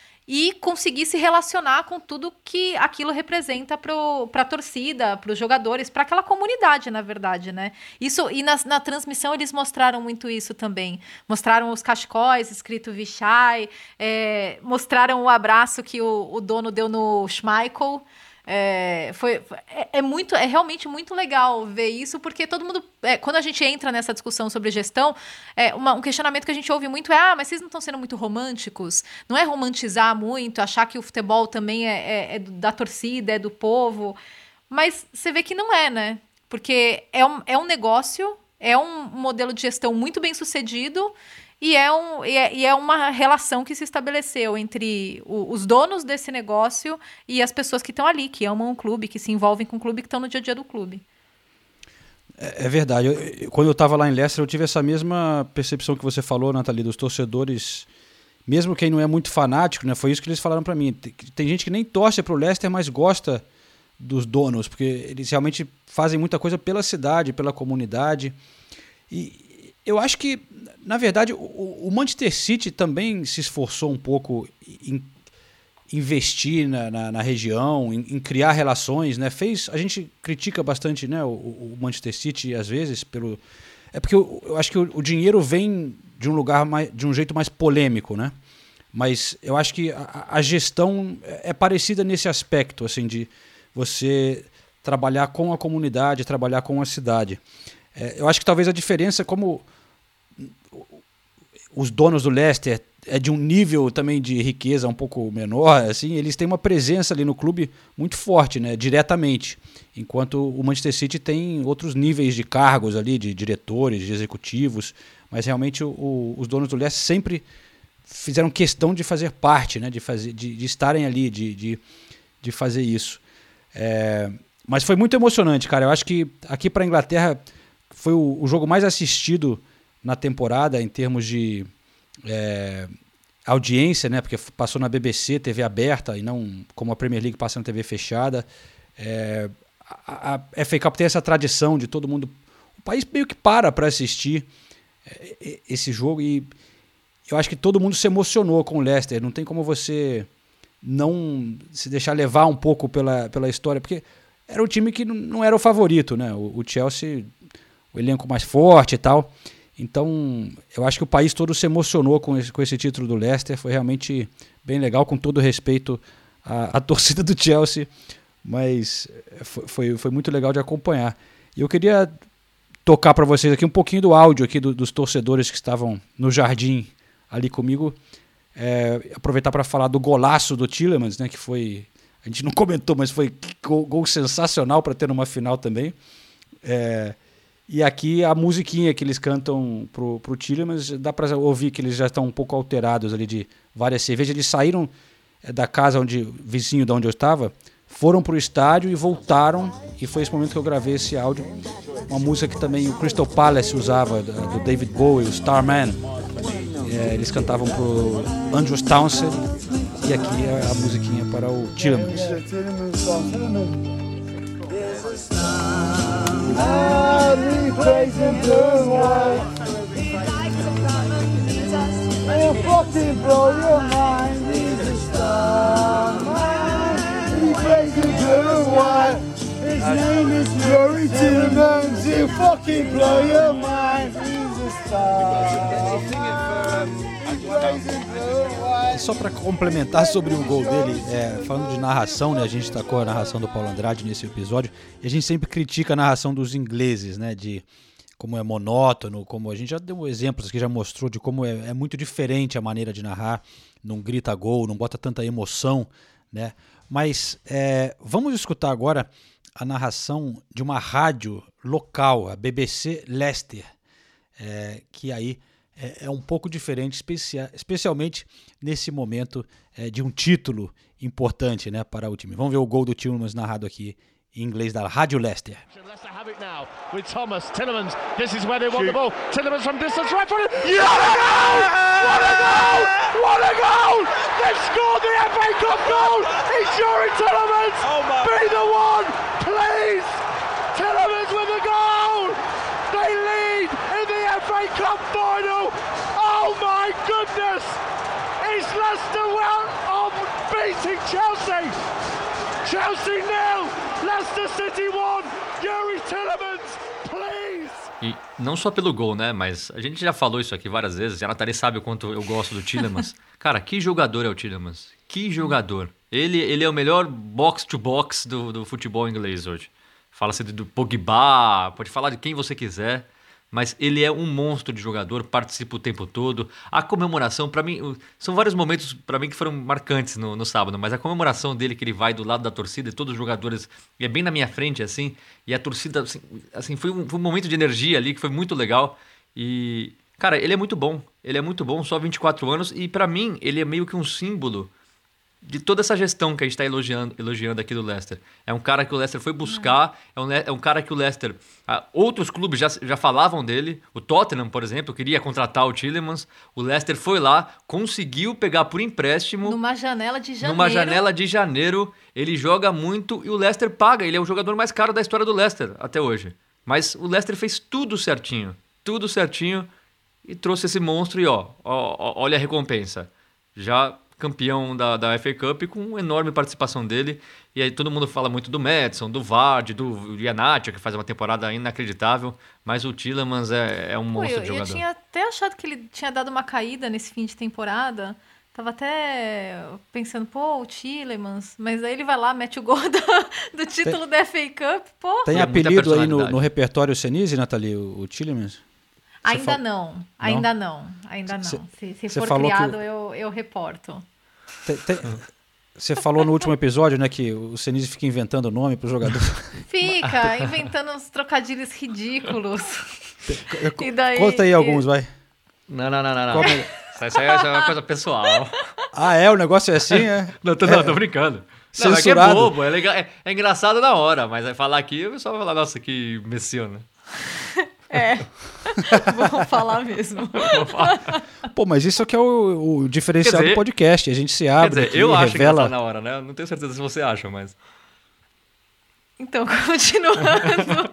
e conseguir se relacionar com tudo que aquilo representa para a torcida, para os jogadores, para aquela comunidade, na verdade, né? Isso, e na, na transmissão eles mostraram muito isso também. Mostraram os cachecóis escrito Vichai, é, mostraram o abraço que o, o dono deu no Schmeichel. É, foi, é, é, muito, é realmente muito legal ver isso, porque todo mundo, é, quando a gente entra nessa discussão sobre gestão, é, uma, um questionamento que a gente ouve muito é, ah, mas vocês não estão sendo muito românticos? Não é romantizar muito, achar que o futebol também é, é, é da torcida, é do povo, mas você vê que não é, né? Porque é um, é um negócio, é um modelo de gestão muito bem sucedido, E é, um, e, é, e é uma relação que se estabeleceu entre o, os donos desse negócio e as pessoas que estão ali, que amam o clube, que se envolvem com o clube, que estão no dia a dia do clube. É, é verdade. Eu, eu, quando eu estava lá em Leicester, eu tive essa mesma percepção que você falou, Nathalie, dos torcedores, mesmo quem não é muito fanático, né, foi isso que eles falaram para mim. Tem, tem gente que nem torce para o Leicester, mas gosta dos donos, porque eles realmente fazem muita coisa pela cidade, pela comunidade. E eu acho que, na verdade, o, o Manchester City também se esforçou um pouco em investir na, na, na região, em, em criar relações, né? Fez, a gente critica bastante, né, o, o Manchester City às vezes pelo, é porque eu, eu acho que o, o dinheiro vem de um lugar mais, de um jeito mais polêmico, né? Mas eu acho que a, a gestão é parecida nesse aspecto, assim, de você trabalhar com a comunidade, trabalhar com a cidade. É, eu acho que talvez a diferença, como os donos do Leicester é de um nível também de riqueza um pouco menor, assim, eles têm uma presença ali no clube muito forte, né, diretamente, enquanto o Manchester City tem outros níveis de cargos ali, de diretores, de executivos, mas realmente o, o, os donos do Leicester sempre fizeram questão de fazer parte, né, de, fazer, de, de estarem ali, de, de, de fazer isso. É, mas foi muito emocionante, cara. Eu acho que aqui para a Inglaterra foi o, o jogo mais assistido na temporada em termos de é, audiência, né? Porque passou na B B C, T V aberta, e não como a Premier League passa na T V fechada. É, a, a F A Cup tem essa tradição de todo mundo... O país meio que para para assistir é, esse jogo, e eu acho que todo mundo se emocionou com o Leicester. Não tem como você não se deixar levar um pouco pela, pela história, porque era um time que não era o favorito, né? O, o Chelsea, o elenco mais forte e tal. Então, eu acho que o país todo se emocionou com esse, com esse título do Leicester. Foi realmente bem legal, com todo respeito à, à torcida do Chelsea, mas foi, foi, foi muito legal de acompanhar. E eu queria tocar para vocês aqui um pouquinho do áudio aqui do, dos torcedores que estavam no jardim ali comigo. É, aproveitar para falar do golaço do Tielemans, né, que foi... A gente não comentou, mas foi gol, gol sensacional para ter numa final também. É... E aqui a musiquinha que eles cantam pro, pro Tielemans, dá para ouvir que eles já estão um pouco alterados ali de várias cervejas. Eles saíram da casa onde, vizinho de onde eu estava, foram pro estádio e voltaram, e foi esse momento que eu gravei esse áudio. Uma música que também o Crystal Palace usava, do David Bowie, o Starman. É, eles cantavam pro Andrew Townsend, e aqui é a musiquinha para o Tielemans. Every praising blue white. I'll fucking blow your mind. He's a star man. Every praising blue white. His name is Yuri Tielemans. He'll fucking blow your mind. He's a star man. Só para complementar sobre o gol dele, é, falando de narração, né, a gente destacou a narração do Paulo Andrade nesse episódio, e a gente sempre critica a narração dos ingleses, né, de como é monótono, como a gente já deu exemplos aqui, já mostrou de como é, é muito diferente a maneira de narrar, não grita gol, não bota tanta emoção, né, mas é, vamos escutar agora a narração de uma rádio local, a B B C Leicester, é, que aí é, é um pouco diferente, especia, especialmente nesse momento é, de um título importante, né, para o time. Vamos ver o gol do Tielemans narrado aqui em inglês da Rádio Leicester. Leicester have it now with Thomas Tielemans. This is where they want the ball. Tielemans from distance, right footed. Yeah! What a goal! What a goal! They've scored the F A Cup goal. It's Yuri Tielemans. Oh my. Be the one, please. Tielemans with the goal. They lead in the F A Cup final. Oh my goodness! It's Leicester well on beating Chelsea. Chelsea nil, Leicester City one. Yuri Tielemans, please. E não só pelo gol, né? Mas a gente já falou isso aqui várias vezes. E a Nathalie sabe o quanto eu gosto do Tielemans. Cara, que jogador é o Tielemans? Que jogador. Ele, ele é o melhor box-to-box do, do futebol inglês hoje. Fala-se do Pogba, pode falar de quem você quiser. Mas ele é um monstro de jogador, participa o tempo todo. A comemoração, para mim, são vários momentos para mim que foram marcantes no, no sábado, mas a comemoração dele, que ele vai do lado da torcida e todos os jogadores, e é bem na minha frente, assim, e a torcida, assim, assim foi, um, foi um momento de energia ali que foi muito legal. E, cara, ele é muito bom, ele é muito bom, só vinte e quatro anos, e para mim ele é meio que um símbolo de toda essa gestão que a gente está elogiando, elogiando aqui do Leicester. É um cara que o Leicester foi buscar, é um, é um cara que o Leicester... Ah, outros clubes já, já falavam dele, o Tottenham, por exemplo, queria contratar o Tielemans, o Leicester foi lá, conseguiu pegar por empréstimo... Numa janela de janeiro. Numa janela de janeiro, ele joga muito e o Leicester paga, ele é o jogador mais caro da história do Leicester até hoje. Mas o Leicester fez tudo certinho, tudo certinho, e trouxe esse monstro e ó, ó, ó olha a recompensa. Já... campeão da, da F A Cup, com enorme participação dele. E aí todo mundo fala muito do Maddison, do Vardy, do Iheanacho, que faz uma temporada inacreditável, mas o Tielemans é, é um monstro Pô, eu, de jogador. Eu tinha até achado que ele tinha dado uma caída nesse fim de temporada, Tava até pensando, pô, o Tielemans, mas aí ele vai lá, mete o gol do, do título tem, da F A Cup, pô. Tem apelido aí no, no repertório Senise, Nathalie, o, o Tielemans? Ainda fala... não, ainda não, não ainda não. Cê, se se for criado, que... eu, eu reporto. Tem, tem... Você falou no último episódio, né, que o Senise fica inventando nome pro jogador. Fica, inventando uns trocadilhos ridículos. E daí, conta aí alguns, vai. Não, não, não, não. não. Como... Isso aí é uma coisa pessoal. Ah, é? O negócio é assim, é? Não, tô, é. não, tô brincando. Não, é que é bobo, é, legal, é, é engraçado na hora, mas aí falar aqui, o pessoal vai falar, nossa, que messiano. É, vou falar mesmo. Vou falar. Pô, mas isso aqui é o, o diferencial dizer, do podcast, a gente se abre quer dizer, aqui, eu acho revela... engraçado na hora, né? Não tenho certeza se você acha, mas... Então, continuando...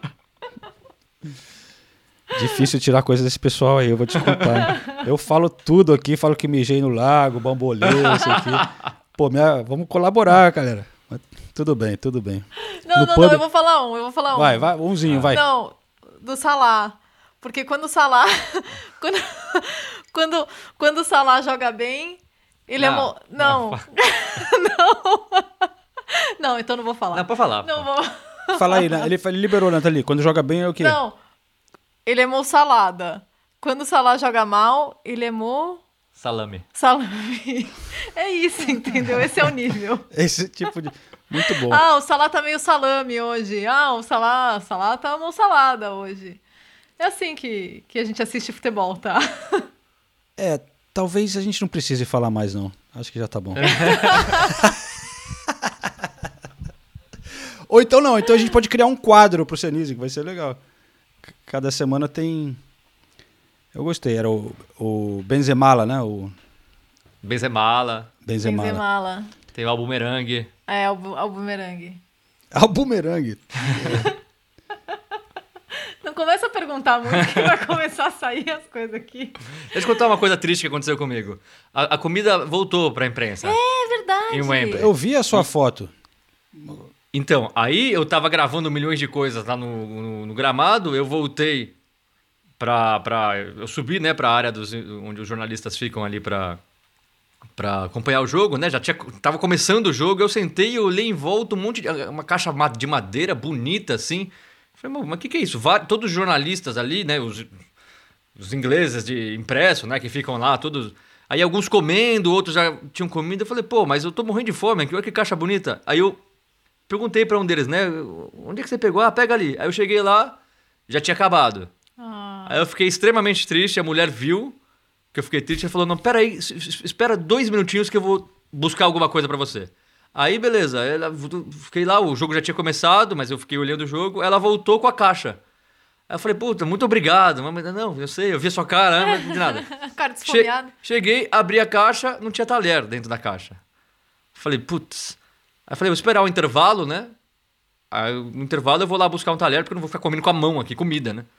Difícil tirar coisa desse pessoal aí, eu vou te contar. Eu falo tudo aqui, falo que mijei no lago, bambolê, isso aqui. Pô, minha, vamos colaborar, galera. Mas tudo bem, tudo bem. Não, no não, pub... não, eu vou falar um, eu vou falar um. Vai, vai, umzinho, vai. Não, do Salah. Porque quando o Salah... quando, quando, quando o Salah joga bem, ele não, é... Mo... Não, não. Não. Não, então não vou falar. Não, pode falar. Não pô. vou... Fala aí, né? Ele, ele liberou, Nathalie. Quando joga bem é o quê? Não. Ele é mo salada. Quando o Salah joga mal, ele é mo... Salame. Salame. É isso, entendeu? Esse é o nível. Esse tipo de... Muito bom. Ah, o Salah tá meio salame hoje. Ah, o Salah, Salah tá mo salada hoje. É assim que, que a gente assiste futebol, tá? É, talvez a gente não precise falar mais, não. Acho que já tá bom. Ou então não, então a gente pode criar um quadro pro Senise, que vai ser legal. Cada semana tem... Eu gostei, era o, o Benzemala, né? O... Benzemala. Benzemala. Benzemala. Tem o Albumerangue. É, o Albumerangue. Albumerangue. Não começa a perguntar muito que vai começar a sair as coisas aqui. Deixa eu contar uma coisa triste que aconteceu comigo. A, a comida voltou pra imprensa. É verdade. Em Wembley. Eu vi a sua foto. Então, aí eu tava gravando milhões de coisas lá no, no, no gramado, eu voltei pra, pra... Eu subi, né, pra área dos, onde os jornalistas ficam ali pra, pra acompanhar o jogo, né? Já tinha, tava começando o jogo, eu sentei e olhei em volta um monte de... Uma caixa de madeira bonita, assim. Falei, mas o que que é isso? Vários, todos os jornalistas ali, né, os, os ingleses de impresso, né, que ficam lá, todos... Aí alguns comendo, outros já tinham comido. Eu falei, pô, mas eu tô morrendo de fome aqui, olha que caixa bonita. Aí eu... Perguntei pra um deles, né? Onde é que você pegou? Ah, pega ali. Aí eu cheguei lá, já tinha acabado. Ah. Aí eu fiquei extremamente triste, a mulher viu que eu fiquei triste e falou, não, peraí, espera dois minutinhos que eu vou buscar alguma coisa pra você. Aí, beleza, ela, fiquei lá, o jogo já tinha começado, mas eu fiquei olhando o jogo, ela voltou com a caixa. Aí eu falei, puta, muito obrigado. Mas, não, eu sei, eu vi a sua cara, mas de nada. Cara desfolhado. Che cheguei, abri a caixa, não tinha talher dentro da caixa. Falei, putz... Aí eu falei, vou esperar o intervalo, né? Aí no intervalo eu vou lá buscar um talher, porque eu não vou ficar comendo com a mão aqui, comida, né?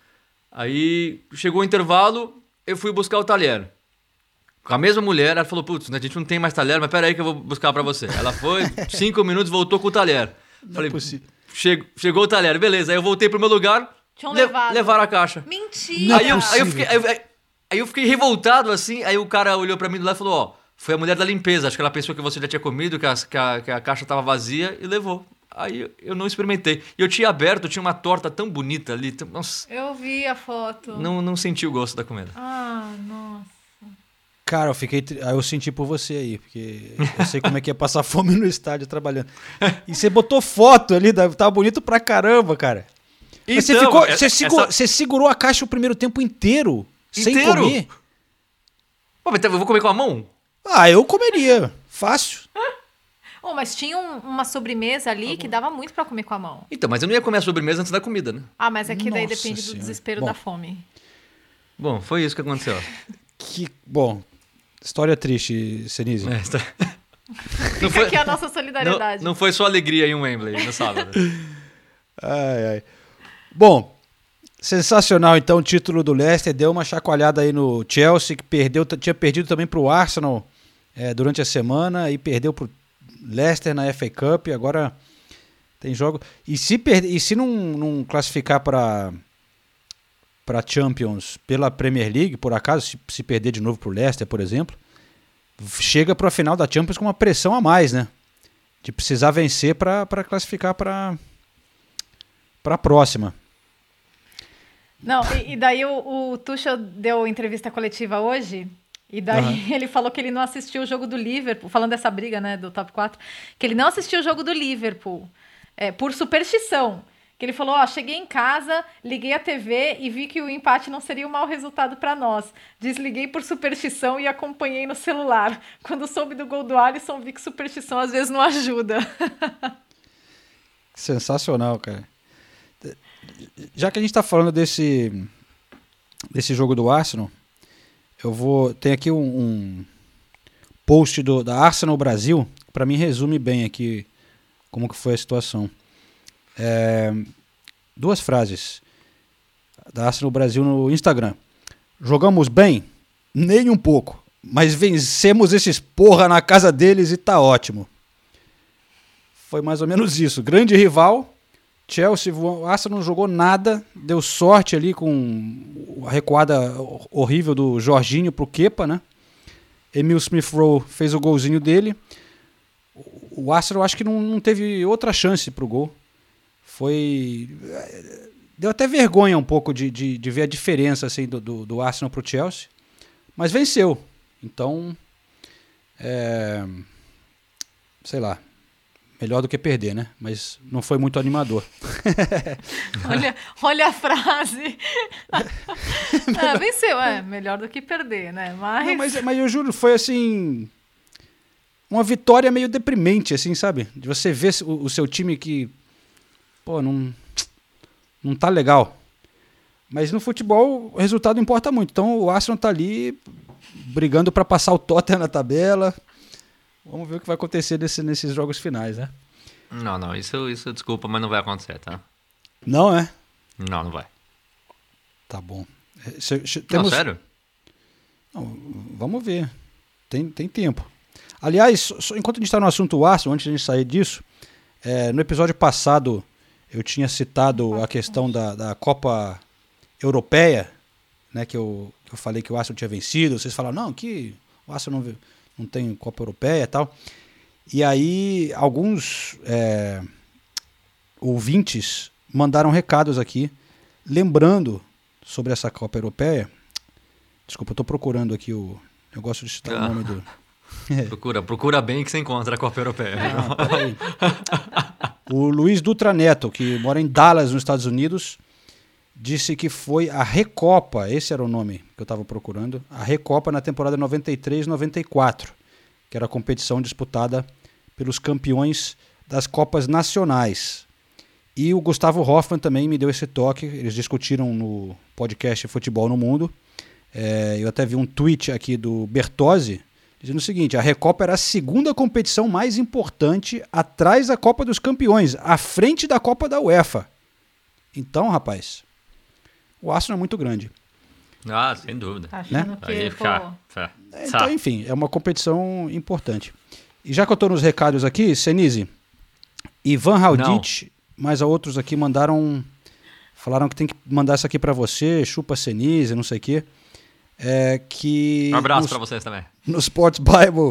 Aí chegou o intervalo, eu fui buscar o talher. Com a mesma mulher, ela falou, putz, a gente não tem mais talher, mas peraí que eu vou buscar pra você. Ela foi, cinco minutos, voltou com o talher. Não falei, é possível. Chegou, chegou o talher, beleza. Aí eu voltei pro meu lugar, Tinham le levado. levaram a caixa. Mentira! Aí eu, aí, eu fiquei, aí, aí eu fiquei revoltado, assim, aí o cara olhou pra mim do lado e falou, ó, foi a mulher da limpeza, acho que ela pensou que você já tinha comido, que a, que a, que a caixa tava vazia e levou. Aí eu não experimentei. E eu tinha aberto, tinha uma torta tão bonita ali. Tão, nossa, eu vi a foto. Não, não senti o gosto da comida. Ah, nossa. Cara, eu fiquei... Eu senti por você aí, porque eu sei como é que é passar fome no estádio trabalhando. E você botou foto ali, tava bonito pra caramba, cara. Mas então, você, ficou, é, você, segurou, essa... você segurou a caixa o primeiro tempo inteiro, inteiro? Sem comer? Pô, mas eu vou comer com a mão? Ah, eu comeria. Fácil. Oh, mas tinha um, uma sobremesa ali que dava muito pra comer com a mão. Então, mas eu não ia comer a sobremesa antes da comida, né? Ah, mas é que daí Nossa depende senhora. do desespero Bom. da fome. Bom, foi isso que aconteceu. Que, bom, história triste, Senise. É, está... Fica foi... aqui a nossa solidariedade. Não, não foi só alegria em Wembley no sábado. Ai, ai. Bom, sensacional então o título do Leicester, deu uma chacoalhada aí no Chelsea, que perdeu, tinha perdido também pro Arsenal é, durante a semana e perdeu pro Leicester na F A Cup, agora tem jogo. E se, per... e se não, não classificar para para Champions pela Premier League, por acaso, se, se perder de novo pro Leicester, por exemplo, chega para a final da Champions com uma pressão a mais, né? De precisar vencer para classificar para a próxima. Não, e, e daí o, o Tuchel deu entrevista coletiva hoje, e daí uhum. ele falou que ele não assistiu o jogo do Liverpool, falando dessa briga, né, do top quatro, que ele não assistiu o jogo do Liverpool, é, por superstição. Que ele falou, ó, cheguei em casa, liguei a T V e vi que o empate não seria um mau resultado para nós. Desliguei por superstição e acompanhei no celular. Quando soube do gol do Alisson, vi que superstição às vezes não ajuda. Sensacional, cara. Já que a gente tá falando desse, desse jogo do Arsenal, eu vou... Tem aqui um, um post do, da Arsenal Brasil, que para mim resume bem aqui como que foi a situação. É, duas frases da Arsenal Brasil no Instagram. Jogamos bem? Nem um pouco. Mas vencemos esses porra na casa deles e tá ótimo. Foi mais ou menos isso. Grande rival... Chelsea, o Arsenal não jogou nada, deu sorte ali com a recuada horrível do Jorginho pro Kepa, né? Emil Smith-Rowe fez o golzinho dele. O Arsenal acho que não, não teve outra chance pro gol. Foi... Deu até vergonha um pouco de, de, de ver a diferença assim, do, do, do Arsenal pro Chelsea. Mas venceu. Então, é... sei lá. Melhor do que perder, né? Mas não foi muito animador. olha, olha a frase. é, venceu, é. Melhor do que perder, né? Mas... Não, mas... Mas eu juro, foi assim... Uma vitória meio deprimente, assim, sabe? De você ver o, o seu time que... Pô, não... Não tá legal. Mas no futebol, o resultado importa muito. Então o Arsenal tá ali brigando para passar o Tottenham na tabela... Vamos ver o que vai acontecer nesse, nesses jogos finais, né? Não, não, isso, isso desculpa, mas não vai acontecer, tá? Não, é? Não, não vai. Tá bom. Se, se, temos... Não, sério? Não, vamos ver. Tem, tem tempo. Aliás, só, enquanto a gente está no assunto Arsenal, antes de a gente sair disso, é, no episódio passado eu tinha citado a questão da, da Copa Europeia, né, que, eu, que eu falei que o Arsenal tinha vencido. Vocês falaram, não, que o Arsenal não... não tem Copa Europeia e tal. E aí, alguns é, ouvintes mandaram recados aqui, lembrando sobre essa Copa Europeia. Desculpa, eu estou procurando aqui o... Eu gosto de citar ah. o nome do... procura, procura bem que você encontra a Copa Europeia. Ah, o Luiz Dutra Neto, que mora em Dallas, nos Estados Unidos, disse que foi a Recopa, esse era o nome que eu estava procurando, a Recopa na temporada noventa e três noventa e quatro, que era a competição disputada pelos campeões das Copas Nacionais. E o Gustavo Hoffmann também me deu esse toque, eles discutiram no podcast Futebol no Mundo. É, eu até vi um tweet aqui do Bertozzi, dizendo o seguinte, a Recopa era a segunda competição mais importante atrás da Copa dos Campeões, à frente da Copa da UEFA. Então, rapaz... O Arsenal é muito grande. Ah, sem dúvida. Né? Que, Aí, ficar, então, enfim, é uma competição importante. E já que eu estou nos recados aqui, Senise, Ivan Raudic, mais outros aqui mandaram, falaram que tem que mandar isso aqui para você, chupa Senise, não sei o quê. É, que um abraço para vocês também. No Sports Bible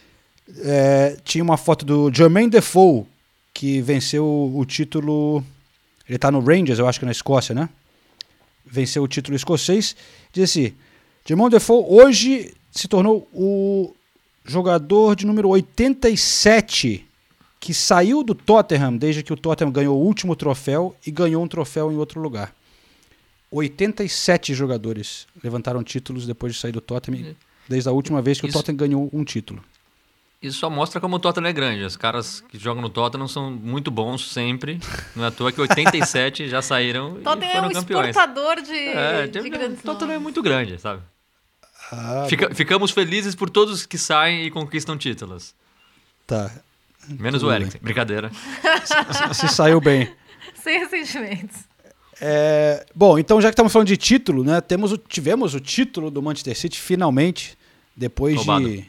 é, tinha uma foto do Jermaine Defoe, que venceu o título, ele está no Rangers, eu acho que na Escócia, né? Venceu o título escocês. Diz assim, Jermaine Defoe hoje se tornou o jogador de número oitenta e sete que saiu do Tottenham desde que o Tottenham ganhou o último troféu e ganhou um troféu em outro lugar. oitenta e sete jogadores levantaram títulos depois de sair do Tottenham, desde a última vez que Isso. o Tottenham ganhou um título. Isso só mostra como o Tottenham é grande. Os caras que jogam no Tottenham são muito bons sempre. Não é à toa que oitenta e sete já saíram e Tottenham foram é um campeões. exportador de, é, de de grandes O Tottenham é muito grande, sabe? Ah, Fica, ficamos felizes por todos que saem e conquistam títulos. Tá. Menos Tudo o Eriksen. Brincadeira. Se, se saiu bem. Sem ressentimentos. É, bom, então já que estamos falando de título, né? Temos o, tivemos o título do Manchester City finalmente, depois Roubado. de...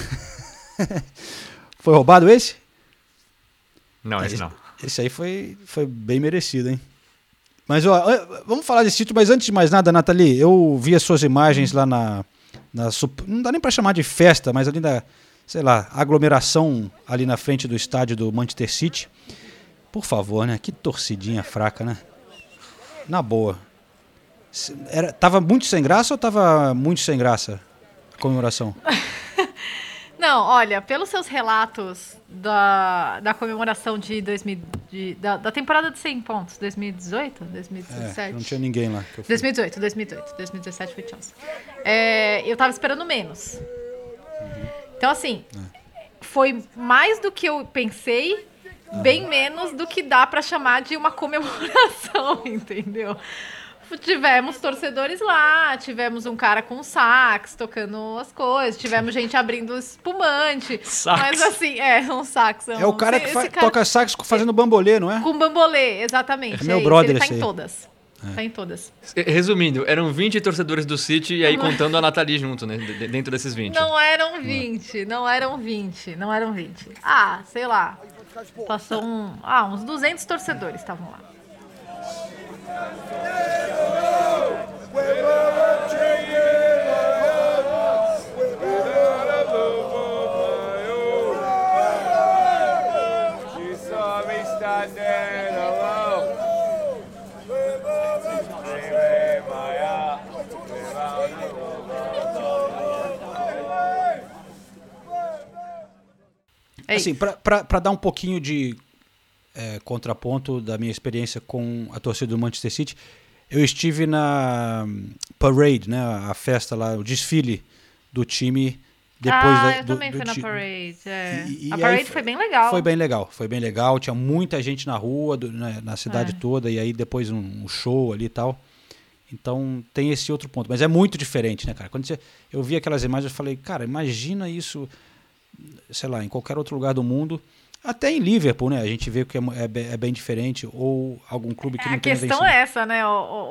Foi roubado esse? Não, esse, esse não. Esse aí foi, foi bem merecido, hein? Mas, ó, vamos falar desse título, mas antes de mais nada, Nathalie, eu vi as suas imagens lá na, na sup- não dá nem para chamar de festa, mas ali na, sei lá, aglomeração ali na frente do estádio do Manchester City. Por favor, né? Que torcidinha fraca, né? Na boa. Era, tava muito sem graça ou tava muito sem graça a comemoração? Não, olha, pelos seus relatos da, da comemoração de dois mil, de, da, da temporada de cem pontos, dois mil e dezoito, dois mil e dezessete? É, não tinha ninguém lá. Que eu fui. dois mil e dezoito, dois mil e dezoito, dois mil e dezessete foi Chelsea. É, eu tava esperando menos. Então, assim, é. foi mais do que eu pensei, bem menos do que dá pra chamar de uma comemoração, entendeu? Tivemos torcedores lá, tivemos um cara com sax tocando as coisas, tivemos gente abrindo espumante. Sax. Mas assim, é, um sax. É o cara que fa- cara... toca sax fazendo bambolê, não é? Com bambolê, exatamente. É meu é brother Ele tá esse em aí. todas. É. Tá em todas. Resumindo, eram vinte torcedores do City e aí contando a Nathalie junto, né? D- dentro desses vinte. Não eram vinte, não eram vinte, não eram vinte. Ah, sei lá. Passou um, ah, uns duzentos torcedores estavam lá. É assim, para dar um pouquinho de é, contraponto da minha experiência com a torcida do Manchester City, eu estive na Parade, né, a festa lá, o desfile do time depois ah, da, eu do, também do fui na ti- Parade. É. E- e a aí Parade foi- foi bem legal. Foi bem legal, foi bem legal. Tinha muita gente na rua, do- na, na cidade É. toda, e aí depois um, um show ali e tal. Então tem esse outro ponto. Mas é muito diferente, né, cara? Quando você, eu vi aquelas imagens, eu falei, cara, imagina isso, sei lá, em qualquer outro lugar do mundo. Até em Liverpool, né? A gente vê que é, é bem- é bem diferente. Ou algum clube que É, não a tem questão vencido. é essa, né? O,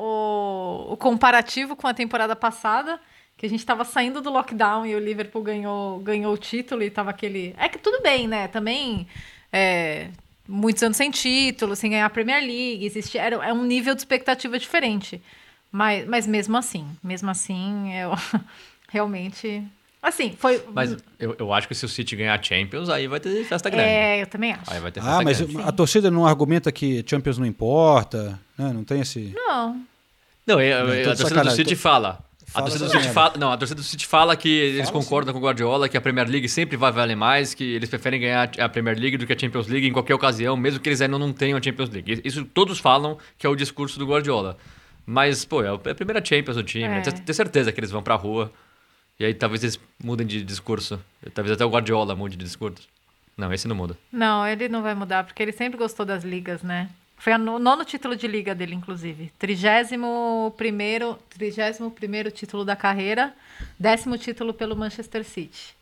o, o comparativo com a temporada passada, que a gente estava saindo do lockdown e o Liverpool ganhou, ganhou o título e tava aquele... É que tudo bem, né? Também é, muitos anos sem título, sem ganhar a Premier League, existe, era, é um nível de expectativa diferente. Mas, mas mesmo assim, mesmo assim, eu realmente... Assim, foi... Mas eu, eu acho que se o City ganhar a Champions, aí vai ter festa grande. É, eu também acho. Aí vai ter festa Ah, mas grande. a torcida não argumenta que Champions não importa, né? Não tem esse... Não. Não, eu- Não, eu- tô a de torcida do sacanagem, City tô- fala. A Fala torcida do essa City merda. fala, não, a torcida do City fala que eles Fala concordam com o Guardiola que a Premier League sempre vai valer mais, que eles preferem ganhar a Premier League do que a Champions League em qualquer ocasião, mesmo que eles ainda não tenham a Champions League. Isso todos falam que é o discurso do Guardiola. Mas, pô, é a primeira Champions do time, É. né? Tenho tenho certeza que eles vão pra rua. E aí talvez eles mudem de discurso. Talvez até o Guardiola mude de discurso. Não, esse não muda. Não, ele não vai mudar, porque ele sempre gostou das ligas, né? Foi o nono título de liga dele, inclusive. Trigésimo primeiro, trigésimo primeiro título da carreira, décimo título pelo Manchester City.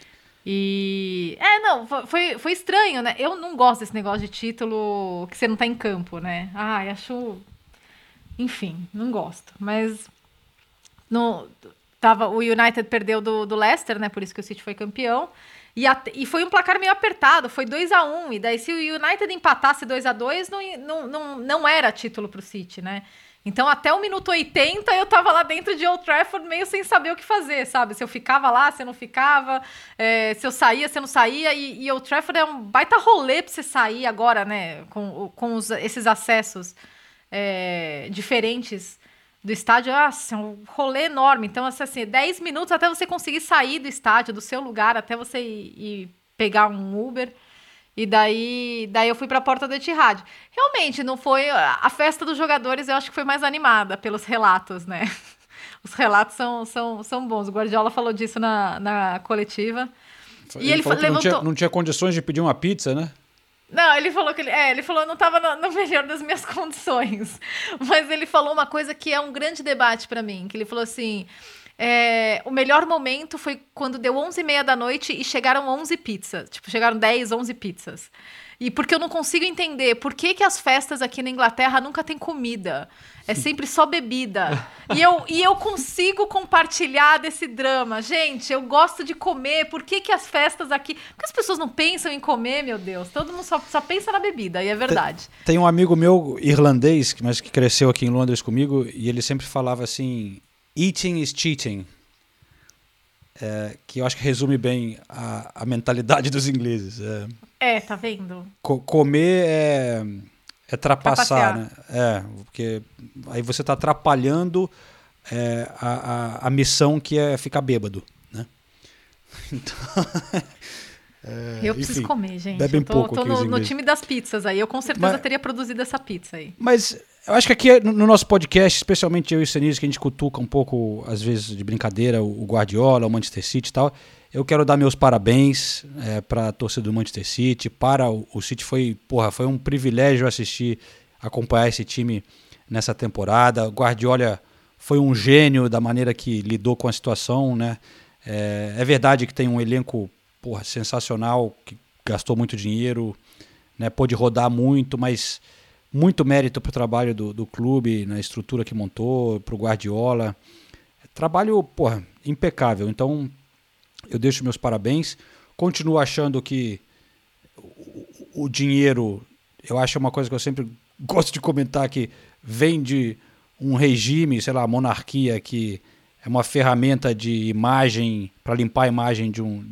E... É, não, foi, foi estranho, né? Eu não gosto desse negócio de título que você não tá em campo, né? Ai, acho... Enfim, não gosto. Mas... No... Tava, o United perdeu do, do Leicester, né? Por isso que o City foi campeão. E, a, e foi um placar meio apertado, foi dois a um. E daí, se o United empatasse dois a dois, não, não, não, não era título pro City, né? Então, até o minuto oitenta, eu tava lá dentro de Old Trafford meio sem saber o que fazer, sabe? Se eu ficava lá, se eu não ficava, é, se eu saía, se eu não saía. E, e Old Trafford é um baita rolê pra você sair agora, né? Com, com os, esses acessos é, diferentes do estádio. Nossa, é um rolê enorme. Então, assim, dez minutos até você conseguir sair do estádio, do seu lugar, até você ir, ir pegar um Uber. E daí, daí eu fui para a porta do Etihad. Realmente, não foi... A festa dos jogadores, eu acho que foi mais animada pelos relatos, né? Os relatos são, são, são bons. O Guardiola falou disso na, na coletiva. Ele, e ele falou que levantou... não, tinha, não tinha condições de pedir uma pizza, né? Não, ele falou que ele, é, ele falou que não estava no, no melhor das minhas condições. Mas ele falou uma coisa que é um grande debate para mim, que ele falou assim, é, o melhor momento foi quando deu onze e meia da noite e chegaram onze pizzas. Tipo, chegaram dez, onze pizzas. E porque eu não consigo entender por que, que as festas aqui na Inglaterra nunca tem comida. É sempre só bebida. E eu, e eu consigo compartilhar desse drama. Gente, eu gosto de comer. Por que, que as festas aqui... Por que as pessoas não pensam em comer, meu Deus? Todo mundo só, só pensa na bebida, e é verdade. Tem, tem um amigo meu irlandês, mas que cresceu aqui em Londres comigo, e ele sempre falava assim, eating is cheating. é, que eu acho que resume bem a, a mentalidade dos ingleses. É, É, tá vendo? co- comer é, é trapaçar, Trapacear. né? É, porque aí você está atrapalhando é, a, a, a missão que é ficar bêbado, né? Então, é, Eu preciso enfim, comer, gente. bebem Eu tô, pouco tô aqui os no, no ingleses. time das pizzas aí. Eu com certeza Mas- teria produzido essa pizza aí. Mas eu acho que aqui no no nosso podcast, especialmente eu e o Senise, que a gente cutuca um pouco, às vezes, de brincadeira, o o Guardiola, o Manchester City e tal. Eu quero dar meus parabéns é, para a torcida do Manchester City. Para o, o City foi, porra, foi um privilégio assistir, acompanhar esse time nessa temporada. O Guardiola foi um gênio da maneira que lidou com a situação, né? É, é verdade que tem um elenco, porra, sensacional, que gastou muito dinheiro, né? Pôde rodar muito, mas muito mérito para o trabalho do, do clube, na estrutura que montou, para o Guardiola. Trabalho, porra, impecável. Então, eu deixo meus parabéns. Continuo achando que o, o dinheiro, eu acho uma coisa que eu sempre gosto de comentar, que vem de um regime, sei lá, monarquia, que é uma ferramenta de imagem, para limpar a imagem de um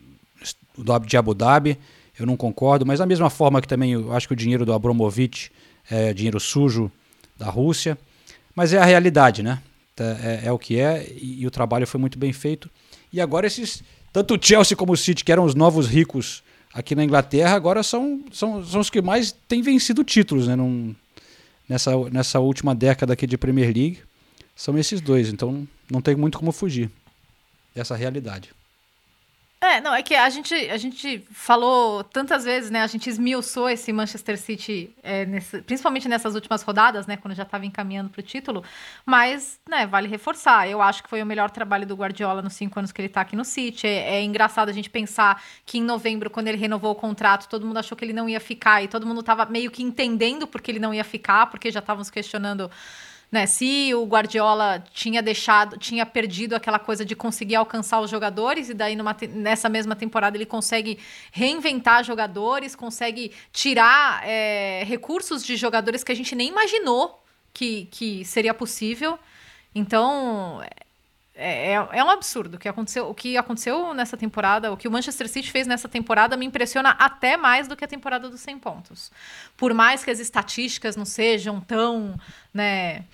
do- de Abu Dhabi. Eu não concordo, mas da mesma forma que também eu acho que o dinheiro do Abramovich é dinheiro sujo da Rússia. Mas é a realidade, né? É, é o que é, e, e o trabalho foi muito bem feito. E agora esses, tanto o Chelsea como o City, que eram os novos ricos aqui na Inglaterra, agora são, são, são os que mais têm vencido títulos, né? Num, nessa, nessa última década aqui de Premier League. São esses dois, então não tem muito como fugir dessa realidade. É, não, é que a gente, a gente falou tantas vezes, né? A gente esmiuçou esse Manchester City, é, nesse- principalmente nessas últimas rodadas, né? Quando já estava encaminhando para o título. Mas, né, vale reforçar. Eu acho que foi o melhor trabalho do Guardiola nos cinco anos que ele está aqui no City. É, é engraçado a gente pensar que em novembro, quando ele renovou o contrato, todo mundo achou que ele não ia ficar. E todo mundo estava meio que entendendo porque ele não ia ficar, porque já estavam se questionando, né, se o Guardiola tinha deixado, tinha perdido aquela coisa de conseguir alcançar os jogadores, e daí numa te- nessa mesma temporada ele consegue reinventar jogadores, consegue tirar é, recursos de jogadores que a gente nem imaginou que, que seria possível. Então, é, é, é um absurdo o que aconteceu, o que aconteceu nessa temporada, o que o Manchester City fez nessa temporada me impressiona até mais do que a temporada dos cem pontos. Por mais que as estatísticas não sejam tão, né,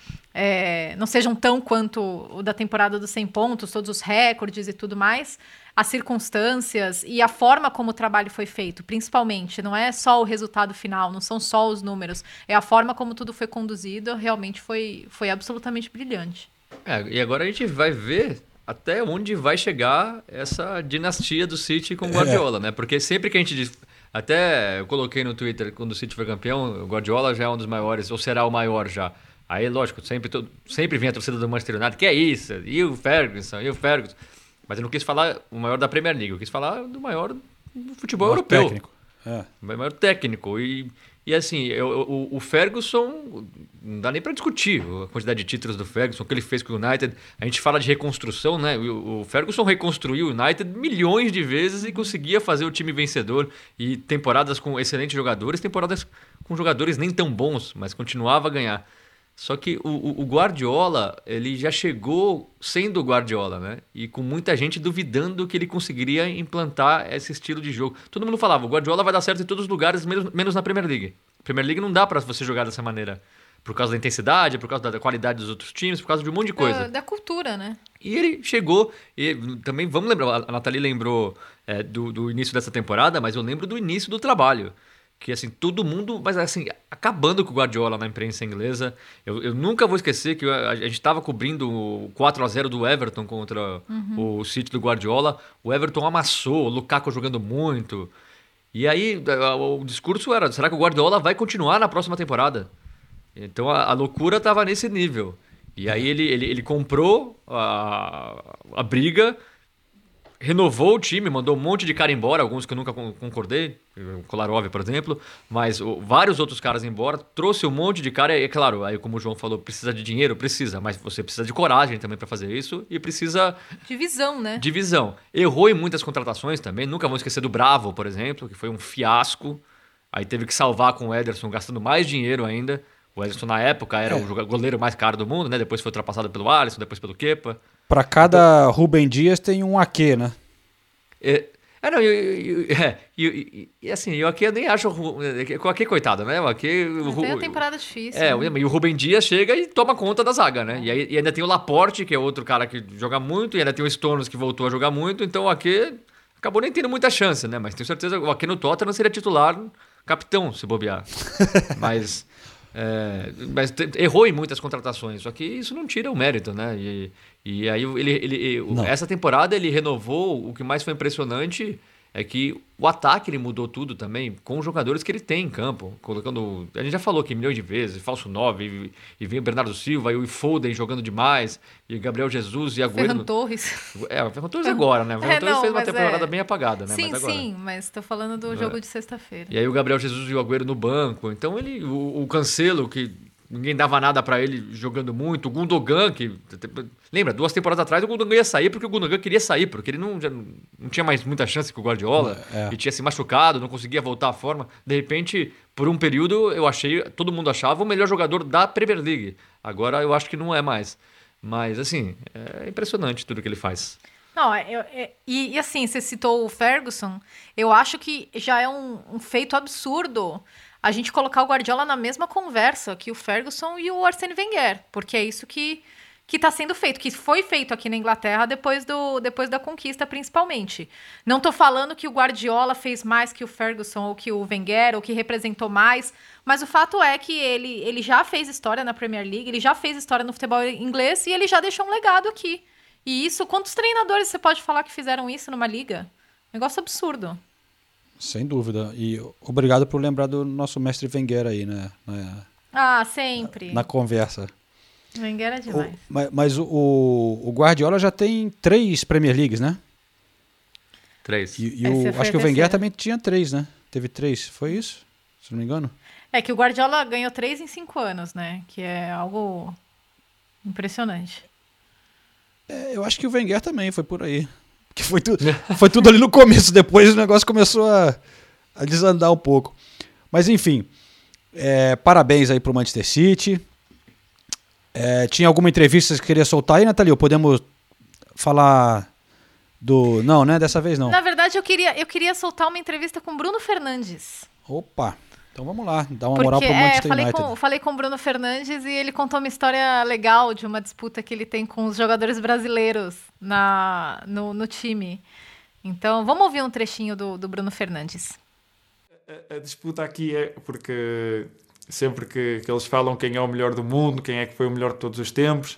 é, não sejam tão quanto o da temporada dos cem pontos, todos os recordes e tudo mais, as circunstâncias e a forma como o trabalho foi feito, principalmente, não é só o resultado final, não são só os números, é a forma como tudo foi conduzido, realmente foi, foi absolutamente brilhante. É, e agora a gente vai ver até onde vai chegar essa dinastia do City com o Guardiola, né? Porque sempre que a gente diz... Até eu coloquei no Twitter, quando o City foi campeão, o Guardiola já é um dos maiores, ou será o maior já. Aí, lógico, sempre, todo, sempre vem a torcida do Manchester United, que é isso, e o Ferguson, e o Ferguson. Mas eu não quis falar o maior da Premier League, eu quis falar do maior do futebol Maior europeu. técnico. É. O maior técnico. E, e assim, eu, o, o Ferguson, não dá nem pra discutir a quantidade de títulos do Ferguson, o que ele fez com o United. A gente fala de reconstrução, né? O, o Ferguson reconstruiu o United milhões de vezes e conseguia fazer o time vencedor. E temporadas com excelentes jogadores, temporadas com jogadores nem tão bons, mas continuava a ganhar. Só que o, o, o Guardiola, ele já chegou sendo o Guardiola, né? E com muita gente duvidando que ele conseguiria implantar esse estilo de jogo. Todo mundo falava, o Guardiola vai dar certo em todos os lugares, menos, menos na Premier League. Premier League não dá pra você jogar dessa maneira. Por causa da intensidade, por causa da qualidade dos outros times, por causa de um monte de coisa. Da, da cultura, né? E ele chegou, e também, vamos lembrar, a Nathalie lembrou é, do, do início dessa temporada, mas eu lembro do início do trabalho. Que assim, todo mundo, mas assim, acabando com o Guardiola na imprensa inglesa. Eu, eu nunca vou esquecer que a, a gente estava cobrindo o quatro a zero do Everton contra Uhum. o City do Guardiola. O Everton amassou, o Lukaku jogando muito. E aí a- o discurso era, será que o Guardiola vai continuar na próxima temporada? Então a, a loucura estava nesse nível. E aí ele, ele, ele comprou a, a briga, renovou o time, mandou um monte de cara embora, alguns que eu nunca con- concordei, o Kolarov, por exemplo, mas o, vários outros caras embora, trouxe um monte de cara, e é claro, aí como o João falou, precisa de dinheiro? Precisa, mas você precisa de coragem também para fazer isso, e precisa Divisão, né? de visão. Errou em muitas contratações também, nunca vou esquecer do Bravo, por exemplo, que foi um fiasco, aí teve que salvar com o Ederson, gastando mais dinheiro ainda. O Ederson na época era É. o joga- goleiro mais caro do mundo, né? Depois foi ultrapassado pelo Alisson, depois pelo Kepa. Para cada Rubem Dias tem um Ake, né? É, é não, e, e, é, e, e assim, o Ake eu nem acho. O Ake, coitado, né? O Ake. Tem uma temporada difícil. É, né? e o Rubem Dias chega e toma conta da zaga, né? E, aí, e ainda tem o Laporte, que é outro cara que joga muito, e ainda tem o Stones, que voltou a jogar muito, então o Ake acabou nem tendo muita chance, né? Mas tenho certeza que o Ake no Tottenham seria titular, capitão, se bobear. Mas. É, mas te, errou em muitas contratações, só que isso não tira o mérito, né? E, e aí ele, ele, ele essa temporada ele renovou. O que mais foi impressionante é que o ataque ele mudou tudo também, com os jogadores que ele tem em campo, colocando, a gente já falou aqui milhões de vezes, falso nove, e, e vem o Bernardo Silva, e o Foden jogando demais, e Gabriel Jesus e Agüero. Ferran Torres. É, o Ferran Torres agora, né? O Ferran É, Torres não, fez uma mas temporada é. bem apagada, né? Sim, mas agora... sim, mas tô falando do É. jogo de sexta-feira. E aí o Gabriel Jesus e o Agüero no banco. Então ele, o, o Cancelo, que ninguém dava nada pra ele jogando muito. O Gundogan, que... Lembra, duas temporadas atrás o Gundogan ia sair porque o Gundogan queria sair, porque ele não, já não tinha mais muita chance com o Guardiola. É. E tinha se machucado, não conseguia voltar à forma. De repente, por um período, eu achei, todo mundo achava o melhor jogador da Premier League. Agora eu acho que não é mais. Mas, assim, é impressionante tudo que ele faz. Não, eu, eu, e, e assim, você citou o Ferguson, eu acho que já é um, um feito absurdo a gente colocar o Guardiola na mesma conversa que o Ferguson e o Arsène Wenger, porque é isso que que está sendo feito, que foi feito aqui na Inglaterra depois, do, depois da conquista, principalmente. Não estou falando que o Guardiola fez mais que o Ferguson ou que o Wenger, ou que representou mais, mas o fato é que ele, ele já fez história na Premier League, ele já fez história no futebol inglês e ele já deixou um legado aqui. E isso, quantos treinadores você pode falar que fizeram isso numa liga? Negócio absurdo. Sem dúvida. E obrigado por lembrar do nosso mestre Wenger aí, né? Na, ah, sempre. Na conversa. Wenger é demais. O, mas mas o, o Guardiola já tem três Premier Leagues, né? Três. E, e o, acho que o Wenger também tinha três, né? Teve três. Foi isso? Se não me engano. É que o Guardiola ganhou três em cinco anos, né? Que é algo impressionante. É, eu acho que o Wenger também foi por aí. Que foi, tu, foi tudo ali no começo. Depois o negócio começou a, a desandar um pouco. Mas enfim, é, parabéns aí pro Manchester City. É, tinha alguma entrevista que você queria soltar aí, Nathalie? Ou podemos falar do... Não, né? Dessa vez não. Na verdade, eu queria, eu queria soltar uma entrevista com Bruno Fernandes. Opa! Então vamos lá, dá uma Porque, moral pro Manchester é, falei United. Com, falei com o Bruno Fernandes e ele contou uma história legal de uma disputa que ele tem com os jogadores brasileiros na, no, no time. Então, vamos ouvir um trechinho do, do Bruno Fernandes. A, a disputa aqui é porque... Sempre que, que eles falam quem é o melhor do mundo, quem é que foi o melhor de todos os tempos,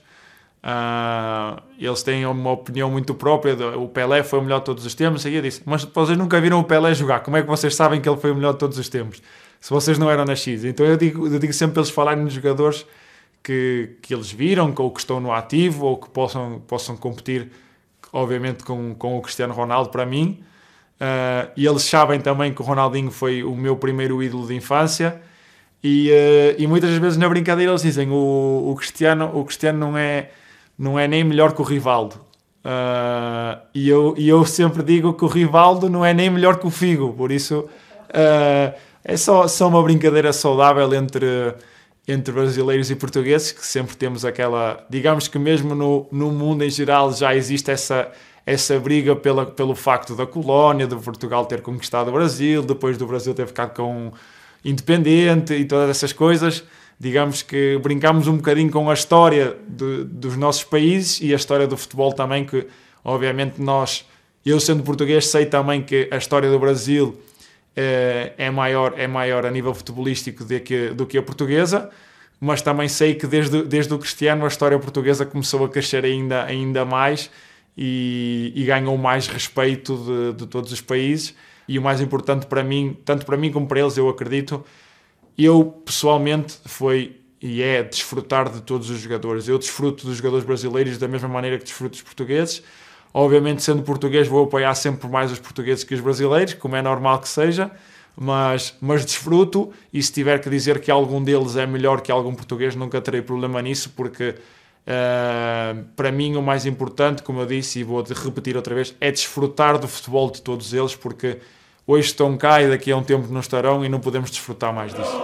uh, eles têm uma opinião muito própria. De, o Pelé foi o melhor de todos os tempos. E eu disse, mas vocês nunca viram o Pelé jogar, como é que vocês sabem que ele foi o melhor de todos os tempos? Se vocês não eram nascidos. Então eu digo, eu digo sempre para eles falarem nos jogadores que, que eles viram, ou que estão no ativo, ou que possam, possam competir, obviamente, com, com o Cristiano Ronaldo, para mim. Uh, e eles sabem também que o Ronaldinho foi o meu primeiro ídolo de infância. E, uh, e muitas vezes na brincadeira eles dizem o, o, Cristiano, o Cristiano não é, não é nem melhor que o Rivaldo. Uh, e, eu, e eu sempre digo que o Rivaldo não é nem melhor que o Figo. Por isso uh, é só, só uma brincadeira saudável entre, entre brasileiros e portugueses, que sempre temos aquela... Digamos que mesmo no, no mundo em geral já existe essa, essa briga pela, pelo facto da colónia, de Portugal ter conquistado o Brasil, depois do Brasil ter ficado com... independente e todas essas coisas. Digamos que brincamos um bocadinho com a história de, dos nossos países e a história do futebol também, que obviamente nós, eu sendo português, sei também que a história do Brasil é, é, maior, é maior a nível futebolístico do que, do que a portuguesa, mas também sei que desde, desde o Cristiano a história portuguesa começou a crescer ainda, ainda mais e, e ganhou mais respeito de, de todos os países. E o mais importante para mim, tanto para mim como para eles, eu acredito, eu pessoalmente foi e é desfrutar de todos os jogadores. Eu desfruto dos jogadores brasileiros da mesma maneira que desfruto dos portugueses. Obviamente, sendo português, vou apoiar sempre mais os portugueses que os brasileiros, como é normal que seja, mas, mas desfruto, e se tiver que dizer que algum deles é melhor que algum português, nunca terei problema nisso, porque Uh, para mim o mais importante, como eu disse e vou repetir outra vez, é desfrutar do futebol de todos eles, porque hoje estão cá e daqui a um tempo não estarão e não podemos desfrutar mais disso.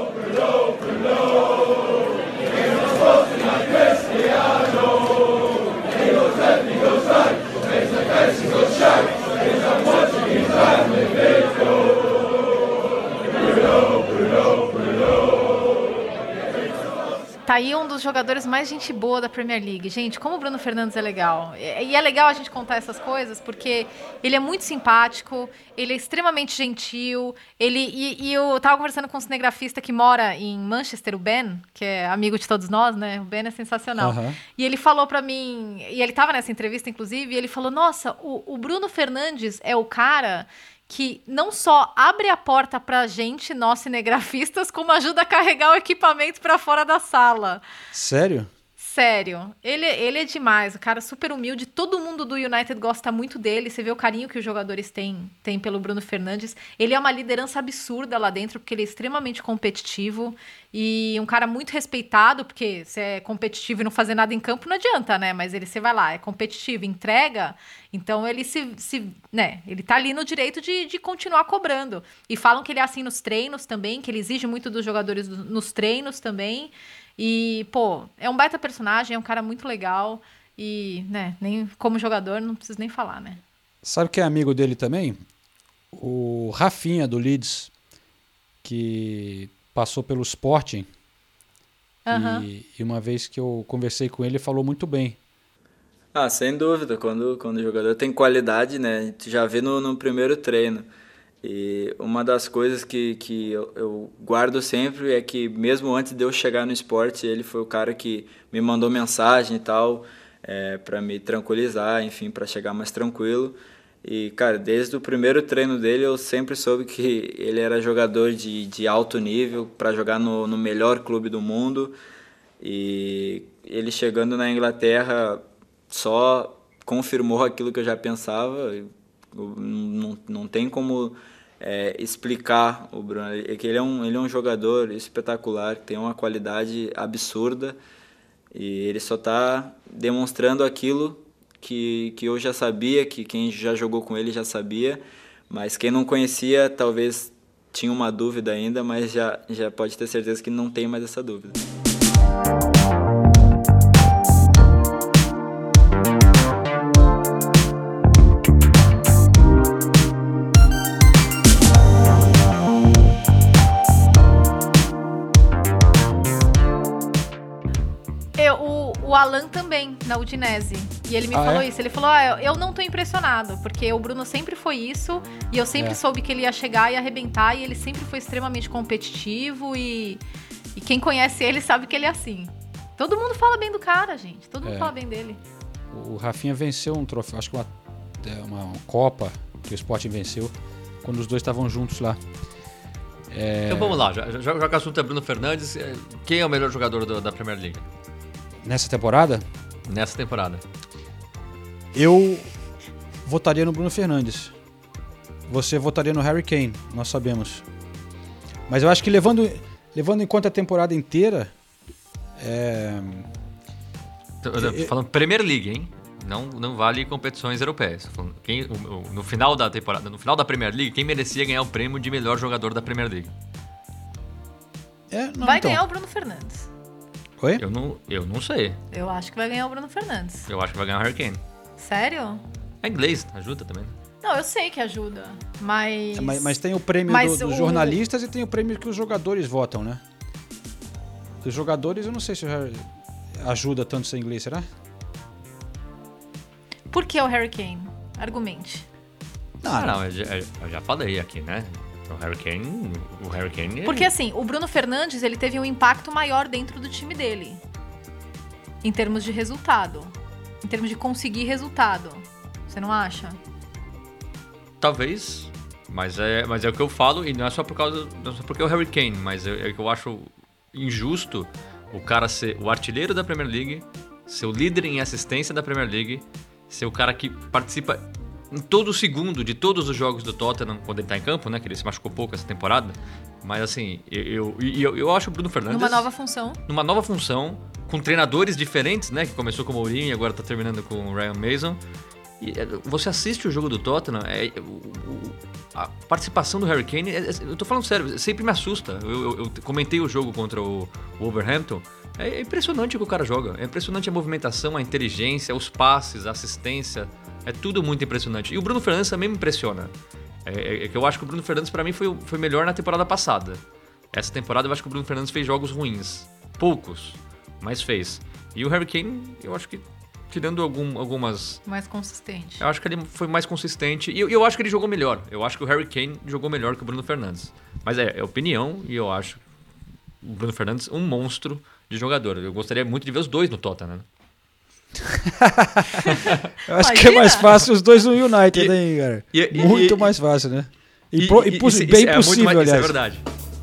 aí um dos jogadores mais gente boa da Premier League. Gente, como o Bruno Fernandes é legal. E é legal a gente contar essas coisas, porque ele é muito simpático, ele é extremamente gentil, ele, e, e eu tava conversando com um cinegrafista que mora em Manchester, o Ben, que é amigo de todos nós, né? O Ben é sensacional. Uhum. E ele falou pra mim, e ele tava nessa entrevista, inclusive, e ele falou, nossa, o, o Bruno Fernandes é o cara que não só abre a porta pra gente, nós cinegrafistas, como ajuda a carregar o equipamento pra fora da sala. Sério? Sério. Ele, ele é demais, o cara super humilde. Todo mundo do United gosta muito dele. Você vê o carinho que os jogadores têm, têm pelo Bruno Fernandes. Ele é uma liderança absurda lá dentro, porque ele é extremamente competitivo e um cara muito respeitado, porque se é competitivo e não fazer nada em campo, não adianta, né? Mas ele, você vai lá, é competitivo, entrega, então ele se, se né? Ele tá ali no direito de, de continuar cobrando. E falam que ele é assim nos treinos também, que ele exige muito dos jogadores do, nos treinos também. E, pô, é um baita personagem, é um cara muito legal. E, né, nem como jogador, não preciso nem falar, né? Sabe quem é amigo dele também? O Rafinha, do Leeds, que passou pelo Sporting. Uhum. E, e uma vez que eu conversei com ele, ele falou muito bem. Ah, sem dúvida. Quando, quando o jogador tem qualidade, né? A gente já vê no, no primeiro treino. E uma das coisas que, que eu, eu guardo sempre é que, mesmo antes de eu chegar no esporte, ele foi o cara que me mandou mensagem e tal, é, para me tranquilizar, enfim, para chegar mais tranquilo. E, cara, desde o primeiro treino dele, eu sempre soube que ele era jogador de, de alto nível, para jogar no, no melhor clube do mundo. E ele chegando na Inglaterra só confirmou aquilo que eu já pensava. Não, não tem como é, explicar o Bruno. É que ele é, um, ele é um jogador espetacular, tem uma qualidade absurda e ele só está demonstrando aquilo que, que eu já sabia, que quem já jogou com ele já sabia, mas quem não conhecia talvez tinha uma dúvida ainda, mas já, já pode ter certeza que não tem mais essa dúvida. O Alan também, na Udinese. E ele me ah, falou é? isso. Ele falou, ah, eu não tô impressionado, porque o Bruno sempre foi isso, e eu sempre é. soube que ele ia chegar e arrebentar, e ele sempre foi extremamente competitivo, e, e quem conhece ele sabe que ele é assim. Todo mundo fala bem do cara, gente. Todo mundo é. fala bem dele. O Rafinha venceu um troféu, acho que uma, uma Copa que o Sporting venceu, quando os dois estavam juntos lá. É... Então vamos lá, já, já, já que o assunto é Bruno Fernandes, quem é o melhor jogador do, da Premier League? Nessa temporada? Nessa temporada. Eu votaria no Bruno Fernandes. Você votaria no Harry Kane, nós sabemos. Mas eu acho que levando, levando em conta a temporada inteira... É... Falando Premier League, hein? Não, não vale competições europeias. Quem, no final da temporada, no final da Premier League, quem merecia ganhar o prêmio de melhor jogador da Premier League? É, não, Vai então. ganhar o Bruno Fernandes. Oi? Eu não, eu não sei. Eu acho que vai ganhar o Bruno Fernandes. Eu acho que vai ganhar o Harry Kane. Sério? É inglês, ajuda também. Não, eu sei que ajuda, mas... É, mas, mas tem o prêmio do, dos o... jornalistas e tem o prêmio que os jogadores votam, né? Os jogadores, eu não sei se o Harry ajuda tanto ser inglês, será? Por que o Harry Kane? Argumente. Ah, não, eu já, eu já falei aqui, né? O Harry Kane, o Harry Kane... Porque assim, o Bruno Fernandes, ele teve um impacto maior dentro do time dele. Em termos de resultado. Em termos de conseguir resultado. Você não acha? Talvez, mas é, mas é o que eu falo, e não é só por causa... Não é só porque é o Harry Kane, mas é, é que eu acho injusto o cara ser o artilheiro da Premier League, ser o líder em assistência da Premier League, ser o cara que participa... em todo segundo de todos os jogos do Tottenham, quando ele tá em campo, né? Que ele se machucou pouco essa temporada. Mas assim, eu, eu, eu, eu acho o Bruno Fernandes... Numa nova função. Numa nova função, com treinadores diferentes, né? Que começou com o Mourinho e agora tá terminando com o Ryan Mason. E você assiste o jogo do Tottenham, é, o, a participação do Harry Kane, é, eu tô falando sério, sempre me assusta. Eu, eu, eu comentei o jogo contra o, o Wolverhampton. É impressionante o que o cara joga. É impressionante a movimentação, a inteligência, os passes, a assistência... É tudo muito impressionante. E o Bruno Fernandes também me impressiona. É, é que eu acho que o Bruno Fernandes, pra mim, foi, foi melhor na temporada passada. Essa temporada eu acho que o Bruno Fernandes fez jogos ruins. Poucos. mas fez. E o Harry Kane, eu acho que, tirando algum, algumas... Mais consistente. Eu acho que ele foi mais consistente e eu, eu acho que ele jogou melhor. Eu acho que o Harry Kane jogou melhor que o Bruno Fernandes. Mas é, é opinião e eu acho o Bruno Fernandes um monstro de jogador. Eu gostaria muito de ver os dois no Tottenham, né? Eu acho Imagina. que é mais fácil os dois no United, e, hein, cara? E, e, muito e, mais fácil, né? E, e, pro, e, e bem isso, possível, é mais, aliás. Isso é verdade.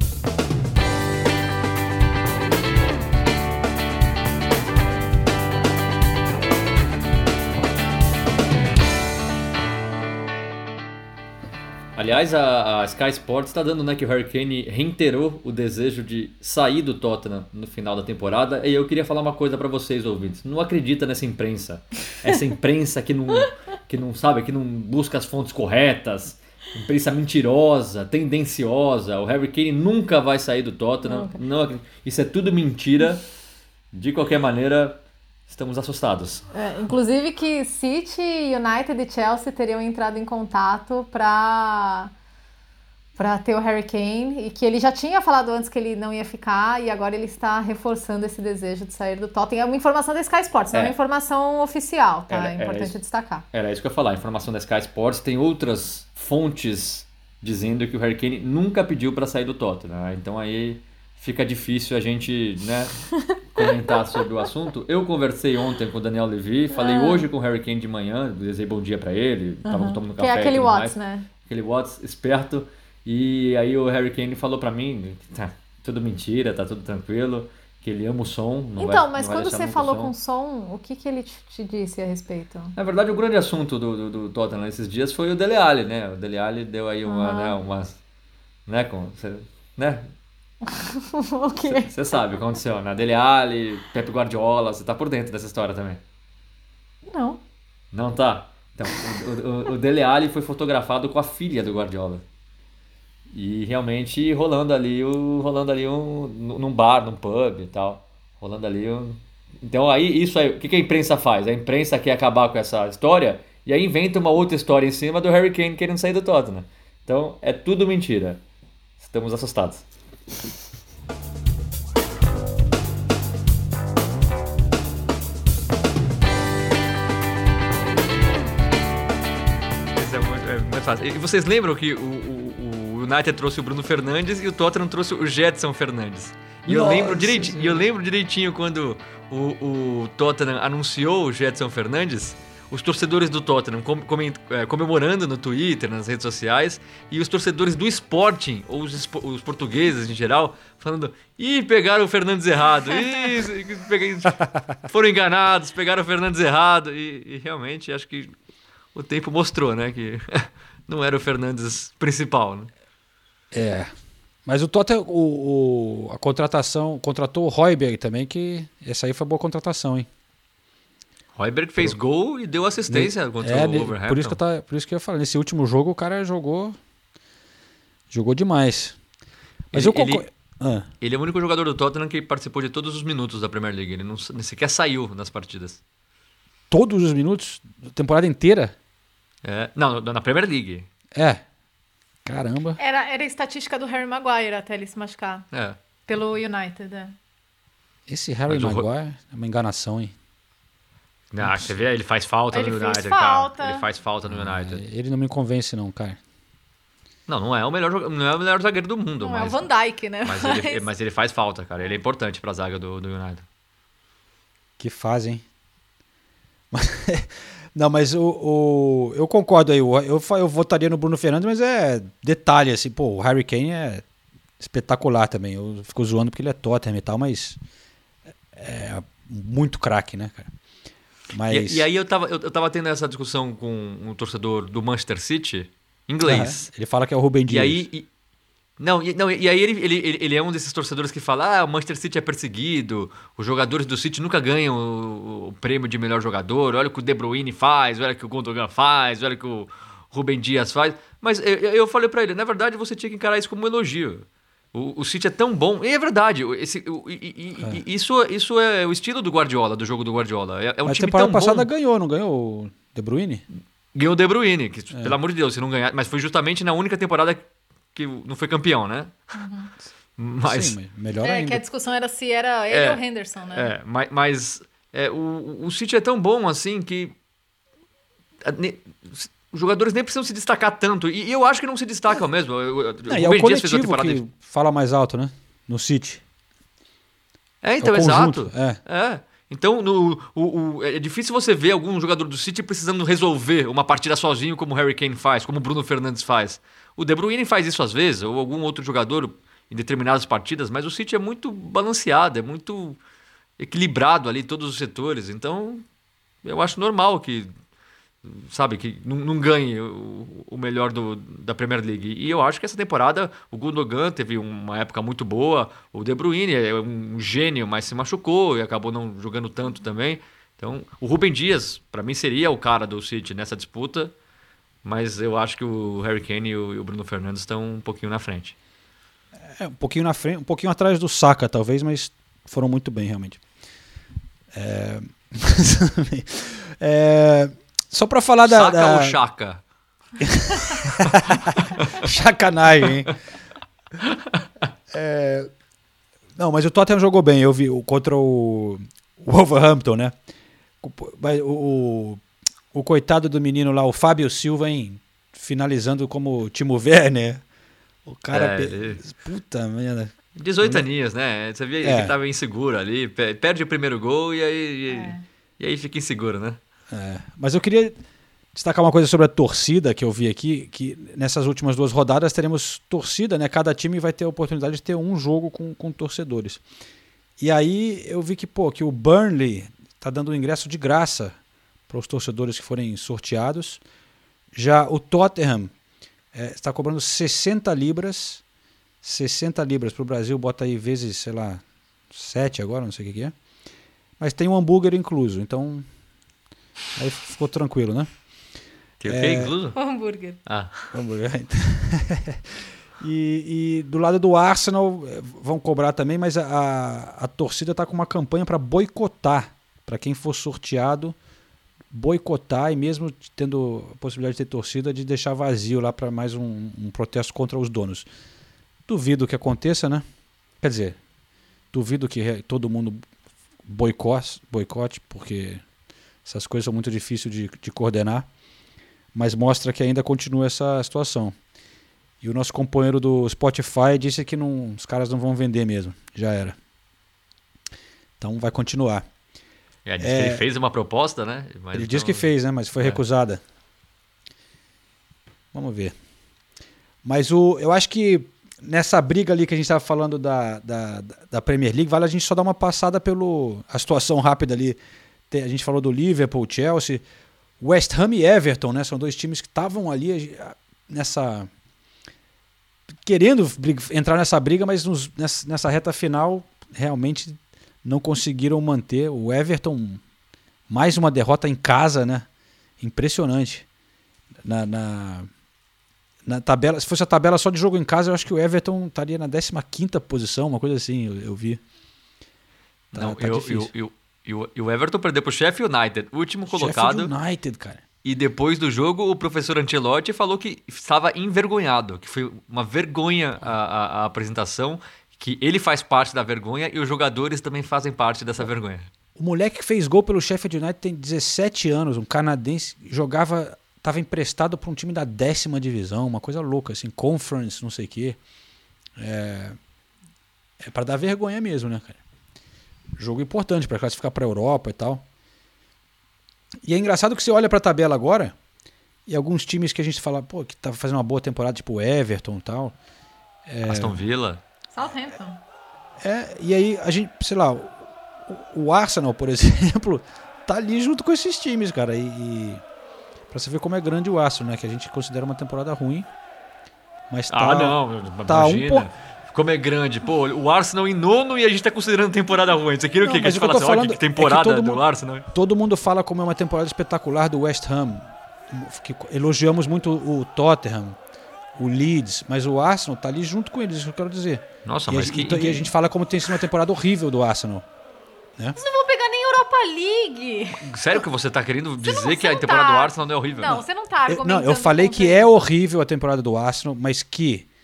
Aliás, a, a Sky Sports está dando, né, que o Harry Kane reiterou o desejo de sair do Tottenham no final da temporada. E eu queria falar uma coisa para vocês, ouvintes. Não acredita nessa imprensa. Essa imprensa que não, que não sabe, que não busca as fontes corretas. Imprensa mentirosa, tendenciosa. O Harry Kane nunca vai sair do Tottenham. Não, isso é tudo mentira. De qualquer maneira, estamos assustados. É, inclusive que City, United e Chelsea teriam entrado em contato para para ter o Harry Kane e que ele já tinha falado antes que ele não ia ficar e agora ele está reforçando esse desejo de sair do Tottenham. É uma informação da Sky Sports, não é uma informação oficial, tá? Era, é importante isso, destacar. Era isso que eu ia falar. A informação da Sky Sports tem outras fontes dizendo que o Harry Kane nunca pediu para sair do Tottenham. Então aí fica difícil a gente, né, comentar sobre o assunto. Eu conversei ontem com o Daniel Levy, falei ah. hoje com o Harry Kane de manhã, desejei bom dia para ele, tava uhum. tomando café. Que é aquele Watts, né? Aquele Watts esperto. E aí o Harry Kane falou para mim, tá tudo mentira, tá tudo tranquilo, que ele ama o som. Não então, vai, mas não quando você falou som. com o som, o que, que ele te, te disse a respeito? Na verdade, o grande assunto do, do, do Tottenham esses dias foi o Dele Alli, né? O Dele Alli deu aí uma, uhum. né, umas, né, com, né? O quê? Você sabe o que aconteceu, né? Dele Alli, Pep Guardiola, você tá por dentro dessa história também? Não. Não tá? Então, o, o, o Dele Alli foi fotografado com a filha do Guardiola. E realmente rolando ali, o, rolando ali um, num bar, num pub e tal. Rolando ali um... Então aí, isso aí, o que, que a imprensa faz? A imprensa quer acabar com essa história e aí inventa uma outra história em cima do Harry Kane querendo sair do Tottenham. Então é tudo mentira. Estamos assustados. Isso é muito, é muito fácil. E vocês lembram que o, o, o United trouxe o Bruno Fernandes e o Tottenham trouxe o Gedson Fernandes? E eu lembro, direitinho, eu lembro direitinho quando o, o Tottenham anunciou o Gedson Fernandes, os torcedores do Tottenham com, com, é, comemorando no Twitter, nas redes sociais, e os torcedores do Sporting, ou os, os portugueses em geral, falando: ih, pegaram o Fernandes errado, ih, peguei, foram enganados, pegaram o Fernandes errado, e, e realmente acho que o tempo mostrou, né, que não era o Fernandes principal, né? É, mas o Tottenham, o, o, a contratação, contratou o Højbjerg também, que essa aí foi boa contratação, hein? Højbjerg fez por... gol e deu assistência contra é, o Wolverhampton. Por isso, que eu tá, por isso que eu ia falar, nesse último jogo o cara jogou jogou demais. Mas ele, eu concordo. Ele, ah. ele é o único jogador do Tottenham que participou de todos os minutos da Premier League. Ele não, nem sequer saiu nas partidas. Todos os minutos? Temporada inteira? É, não, na Premier League. É. Caramba. Era, era a estatística do Harry Maguire até ele se machucar. É. Pelo United, é. Esse Harry Mas Maguire o... é uma enganação, hein? Não, você vê, ele faz falta ele no United, falta. cara. Ele faz falta no United. Ah, ele não me convence não, cara. Não, não é o melhor, não é o melhor zagueiro do mundo. Não mas, é o Van Dijk, né? Mas, mas... Ele, mas ele faz falta, cara. Ele é importante pra zaga do, do United. Que faz, hein? Não, mas o, o, eu concordo aí. Eu, eu, eu votaria no Bruno Fernandes, mas é detalhe, assim. Pô, o Harry Kane é espetacular também. Eu fico zoando porque ele é Tottenham e tal, mas é muito craque, né, cara? Mas... E, e aí eu tava, eu, eu tava tendo essa discussão com um torcedor do Manchester City, inglês. Ah, ele fala que é o Rubem Dias. E aí, e, não, e, não, e aí ele, ele, ele é um desses torcedores que fala: ah, o Manchester City é perseguido, os jogadores do City nunca ganham o, o prêmio de melhor jogador, olha o que o De Bruyne faz, olha o que o Gundogan faz, olha o que o Rubem Dias faz. Mas eu, eu falei pra ele, na verdade você tinha que encarar isso como um elogio. O, o City é tão bom, e é verdade, esse, o, e, e, é. Isso, isso é o estilo do Guardiola, do jogo do Guardiola. É, é um Mas time temporada tão passada bom. ganhou, não ganhou o De Bruyne? Ganhou o De Bruyne, que, é. pelo amor de Deus, se não ganhar, mas foi justamente na única temporada que não foi campeão, né? Uhum. Mas, Sim, mas melhor É, ainda. que a discussão era se era ele É, ou Henderson, né? É, mas, mas é, o, o City é tão bom assim que a, ne, os jogadores nem precisam se destacar tanto. E, e eu acho que não se destacam mesmo. Eu, eu, Não, o e é o Rubem Dias fez uma coletivo temporada que de- fala mais alto, né? No City. É, então, É o exato. conjunto, é. É. Então, no, o, o- é difícil você ver algum jogador do City precisando resolver uma partida sozinho, como o Harry Kane faz, como o Bruno Fernandes faz. O De Bruyne faz isso às vezes, ou algum outro jogador em determinadas partidas, mas o City é muito balanceado, é muito equilibrado ali, todos os setores. Então, eu acho normal que, sabe, que não, não ganhe o, o melhor do, da Premier League. E eu acho que essa temporada o Gundogan teve uma época muito boa, o De Bruyne é um gênio, mas se machucou e acabou não jogando tanto também. Então, o Rubem Dias, para mim, seria o cara do City nessa disputa, mas eu acho que o Harry Kane e o, e o Bruno Fernandes estão um pouquinho na frente. É, um pouquinho na frente, um pouquinho atrás do Saka, talvez, mas foram muito bem, realmente. É... é... Só pra falar da... Saka da... ou Chaka? Sacanagem, hein? É... Não, mas o Tottenham jogou bem, eu vi, contra o, o Wolverhampton, né? O, o, o coitado do menino lá, o Fábio Silva, hein? Finalizando como Timo Werner. O cara... É, pe- ele- Puta merda. dezoito aninhos, né? Você via É. que ele tava inseguro ali, pe- perde o primeiro gol e aí, É. e, e aí fica inseguro, né? É, mas eu queria destacar uma coisa sobre a torcida que eu vi aqui, que nessas últimas duas rodadas teremos torcida, né? Cada time vai ter a oportunidade de ter um jogo com, com torcedores. E aí eu vi que, pô, que o Burnley tá dando um ingresso de graça para os torcedores que forem sorteados. Já o Tottenham é, está cobrando sessenta libras. sessenta libras para o Brasil, bota aí vezes, sei lá, sete agora, não sei o que que é. Mas tem um hambúrguer incluso, então aí ficou tranquilo, né? Tem o quê, incluso? O hambúrguer. Ah. Hambúrguer. e, e do lado do Arsenal eh, vão cobrar também, mas a, a, a torcida está com uma campanha para boicotar, para quem for sorteado, boicotar e mesmo tendo a possibilidade de ter torcida, de deixar vazio lá para mais um, um protesto contra os donos. Duvido que aconteça, né? Quer dizer, duvido que re- todo mundo boicote, boicote, porque essas coisas são muito difíceis de, de coordenar, mas mostra que ainda continua essa situação. E o nosso companheiro do Spotify disse que não, os caras não vão vender mesmo, já era. Então vai continuar. É, disse É, que ele fez uma proposta, né? Mas ele então- disse que fez, né? Mas foi É. recusada. Vamos ver. Mas o, eu acho que nessa briga ali que a gente estava falando da, da, da Premier League, vale a gente só dar uma passada pelo a situação rápida ali. Tem- A gente falou do Liverpool, Chelsea, West Ham e Everton, né? São dois times que estavam ali a- nessa... querendo brig- entrar nessa briga, mas nos- nessa, nessa reta final realmente não conseguiram manter. O Everton, mais uma derrota em casa, né? Impressionante. Na, na, na tabela, se fosse a tabela só de jogo em casa, eu acho que o Everton estaria na décima quinta posição, uma coisa assim, eu, eu vi. Tá, Não, tá eu, difícil. eu, eu, eu- e o Everton perdeu pro Sheffield United, último colocado. Sheffield United, cara. E depois do jogo, o professor Ancelotti falou que estava envergonhado, que foi uma vergonha a, a, a apresentação, que ele faz parte da vergonha e os jogadores também fazem parte dessa vergonha. O moleque que fez gol pelo Sheffield United tem dezessete anos, um canadense, jogava, estava emprestado para um time da décima divisão, uma coisa louca, assim, conference, não sei o quê. É, é para dar vergonha mesmo, né, cara? Jogo importante para classificar para a Europa e tal. E é engraçado que você olha para a tabela agora e alguns times que a gente fala, pô, que tá fazendo uma boa temporada, tipo o Everton e tal. É, Aston Villa. Southampton. é, e aí a gente, sei lá, o, o Arsenal, por exemplo, tá ali junto com esses times, cara. E, e pra você ver como é grande o Arsenal, né? Que a gente considera uma temporada ruim. Mas tá, Ah, não, tá um imagina. po- Como é grande. Pô, o Arsenal em nono e a gente tá considerando temporada ruim. Você queria o Não, quê? Que a mas gente o que eu falasse, tô olha falando que é que temporada todo do mundo- Arsenal. Todo mundo fala como é uma temporada espetacular do West Ham. Que elogiamos muito o Tottenham, o Leeds, mas o Arsenal tá ali junto com eles, isso que eu quero dizer. Nossa, e mas a, que- e, e a gente fala como tem sido uma temporada horrível do Arsenal. Né? Vocês não vão pegar nem Europa League. Sério que você tá querendo dizer não- que a você não temporada tá- do Arsenal não é horrível? Não, você não tá Eu, argumentando. não, eu falei que contra- é horrível a temporada do Arsenal, mas que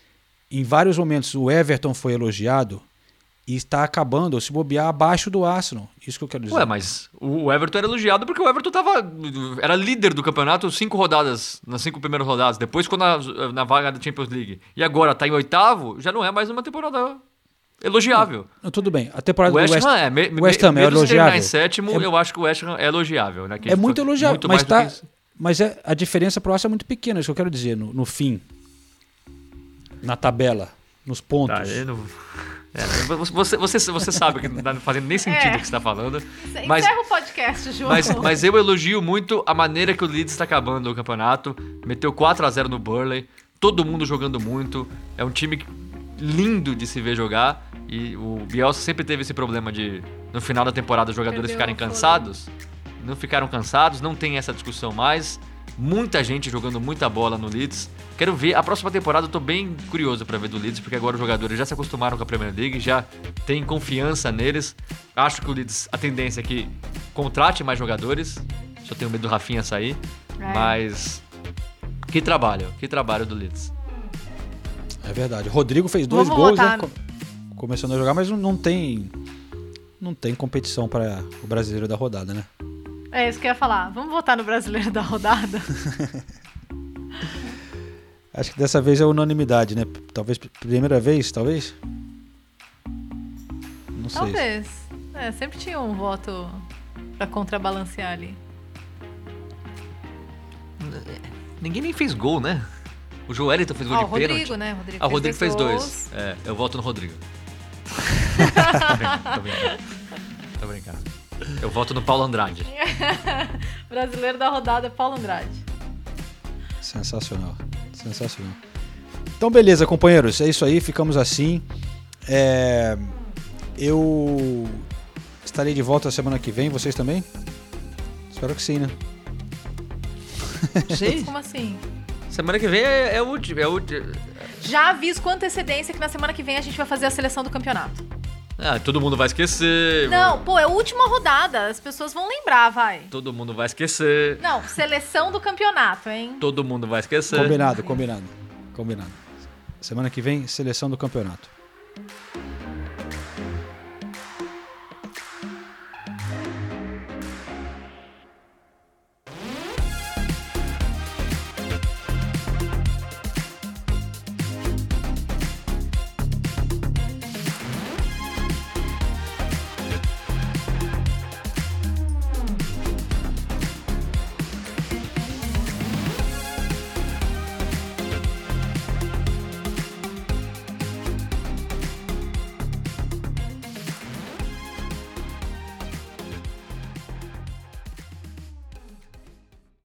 em vários momentos o Everton foi elogiado e está acabando, ou se bobear, abaixo do Arsenal. Isso que eu quero dizer. Ué, mas o Everton era elogiado porque o Everton tava, era líder do campeonato cinco rodadas, nas cinco primeiras rodadas, depois quando na, na vaga da Champions League. E agora tá em oitavo, já não é mais uma temporada elogiável. Não, tudo bem, a temporada o West do West, Ham é, me, West Ham me, é elogiável. Em sétimo, é, eu acho que o West Ham é elogiável. Né? Que é muito elogiável, muito mas, tá, que mas é, a diferença pro Arsenal é muito pequena, isso que eu quero dizer, no, no fim, na tabela, nos pontos. Tá, eu não... É, você, você, você sabe que não tá fazendo nem sentido o É. que você está falando. Você Mas, encerra o podcast, João. mas, mas eu elogio muito a maneira que o Leeds está acabando o campeonato. Meteu quatro a zero no Burnley. Todo mundo jogando muito. É um time lindo de se ver jogar. E o Bielsa sempre teve esse problema de, no final da temporada, os jogadores Perdeu ficarem o fôlego. cansados. Não ficaram cansados, não tem essa discussão mais. Muita gente jogando muita bola no Leeds. Quero ver, a próxima temporada eu tô bem curioso pra ver do Leeds, porque agora os jogadores já se acostumaram com a Premier League, já tem confiança neles. Acho que o Leeds, a tendência é que contrate mais jogadores. Só tenho medo do Rafinha sair. É. Mas que trabalho, que trabalho do Leeds. É verdade. O Rodrigo fez dois Vamos gols, votar. né? Com- Começando a jogar, mas não- não tem não tem competição para o brasileiro da rodada, né? É isso que eu ia falar. Vamos votar no brasileiro da rodada? Acho que dessa vez é unanimidade, né? Talvez primeira vez, talvez? Não sei. Talvez. É, sempre tinha um voto pra contrabalancear ali. Ninguém nem fez gol, né? O Joelito fez gol Ah, de o Rodrigo, pênalti. né? O Rodrigo ah, o fez Rodrigo dois fez gols. dois. É, eu voto no Rodrigo. Tô brincando. Tô brincando. Eu voto no Paulo Andrade. Brasileiro da rodada é Paulo Andrade. Sensacional. Sensacional. Então, beleza, companheiros. É isso aí, ficamos assim. É, Eu estarei de volta semana que vem, vocês também? Espero que sim, né? Sim. Como assim? Semana que vem é, é o último. É o último. Já aviso com antecedência que na semana que vem a gente vai fazer a seleção do campeonato. Ah, todo mundo vai esquecer. Não, pô, é a última rodada. As pessoas vão lembrar, vai. Todo mundo vai esquecer. Não, seleção do campeonato, hein? Todo mundo vai esquecer. Combinado, combinado. Combinado. Semana que vem, seleção do campeonato.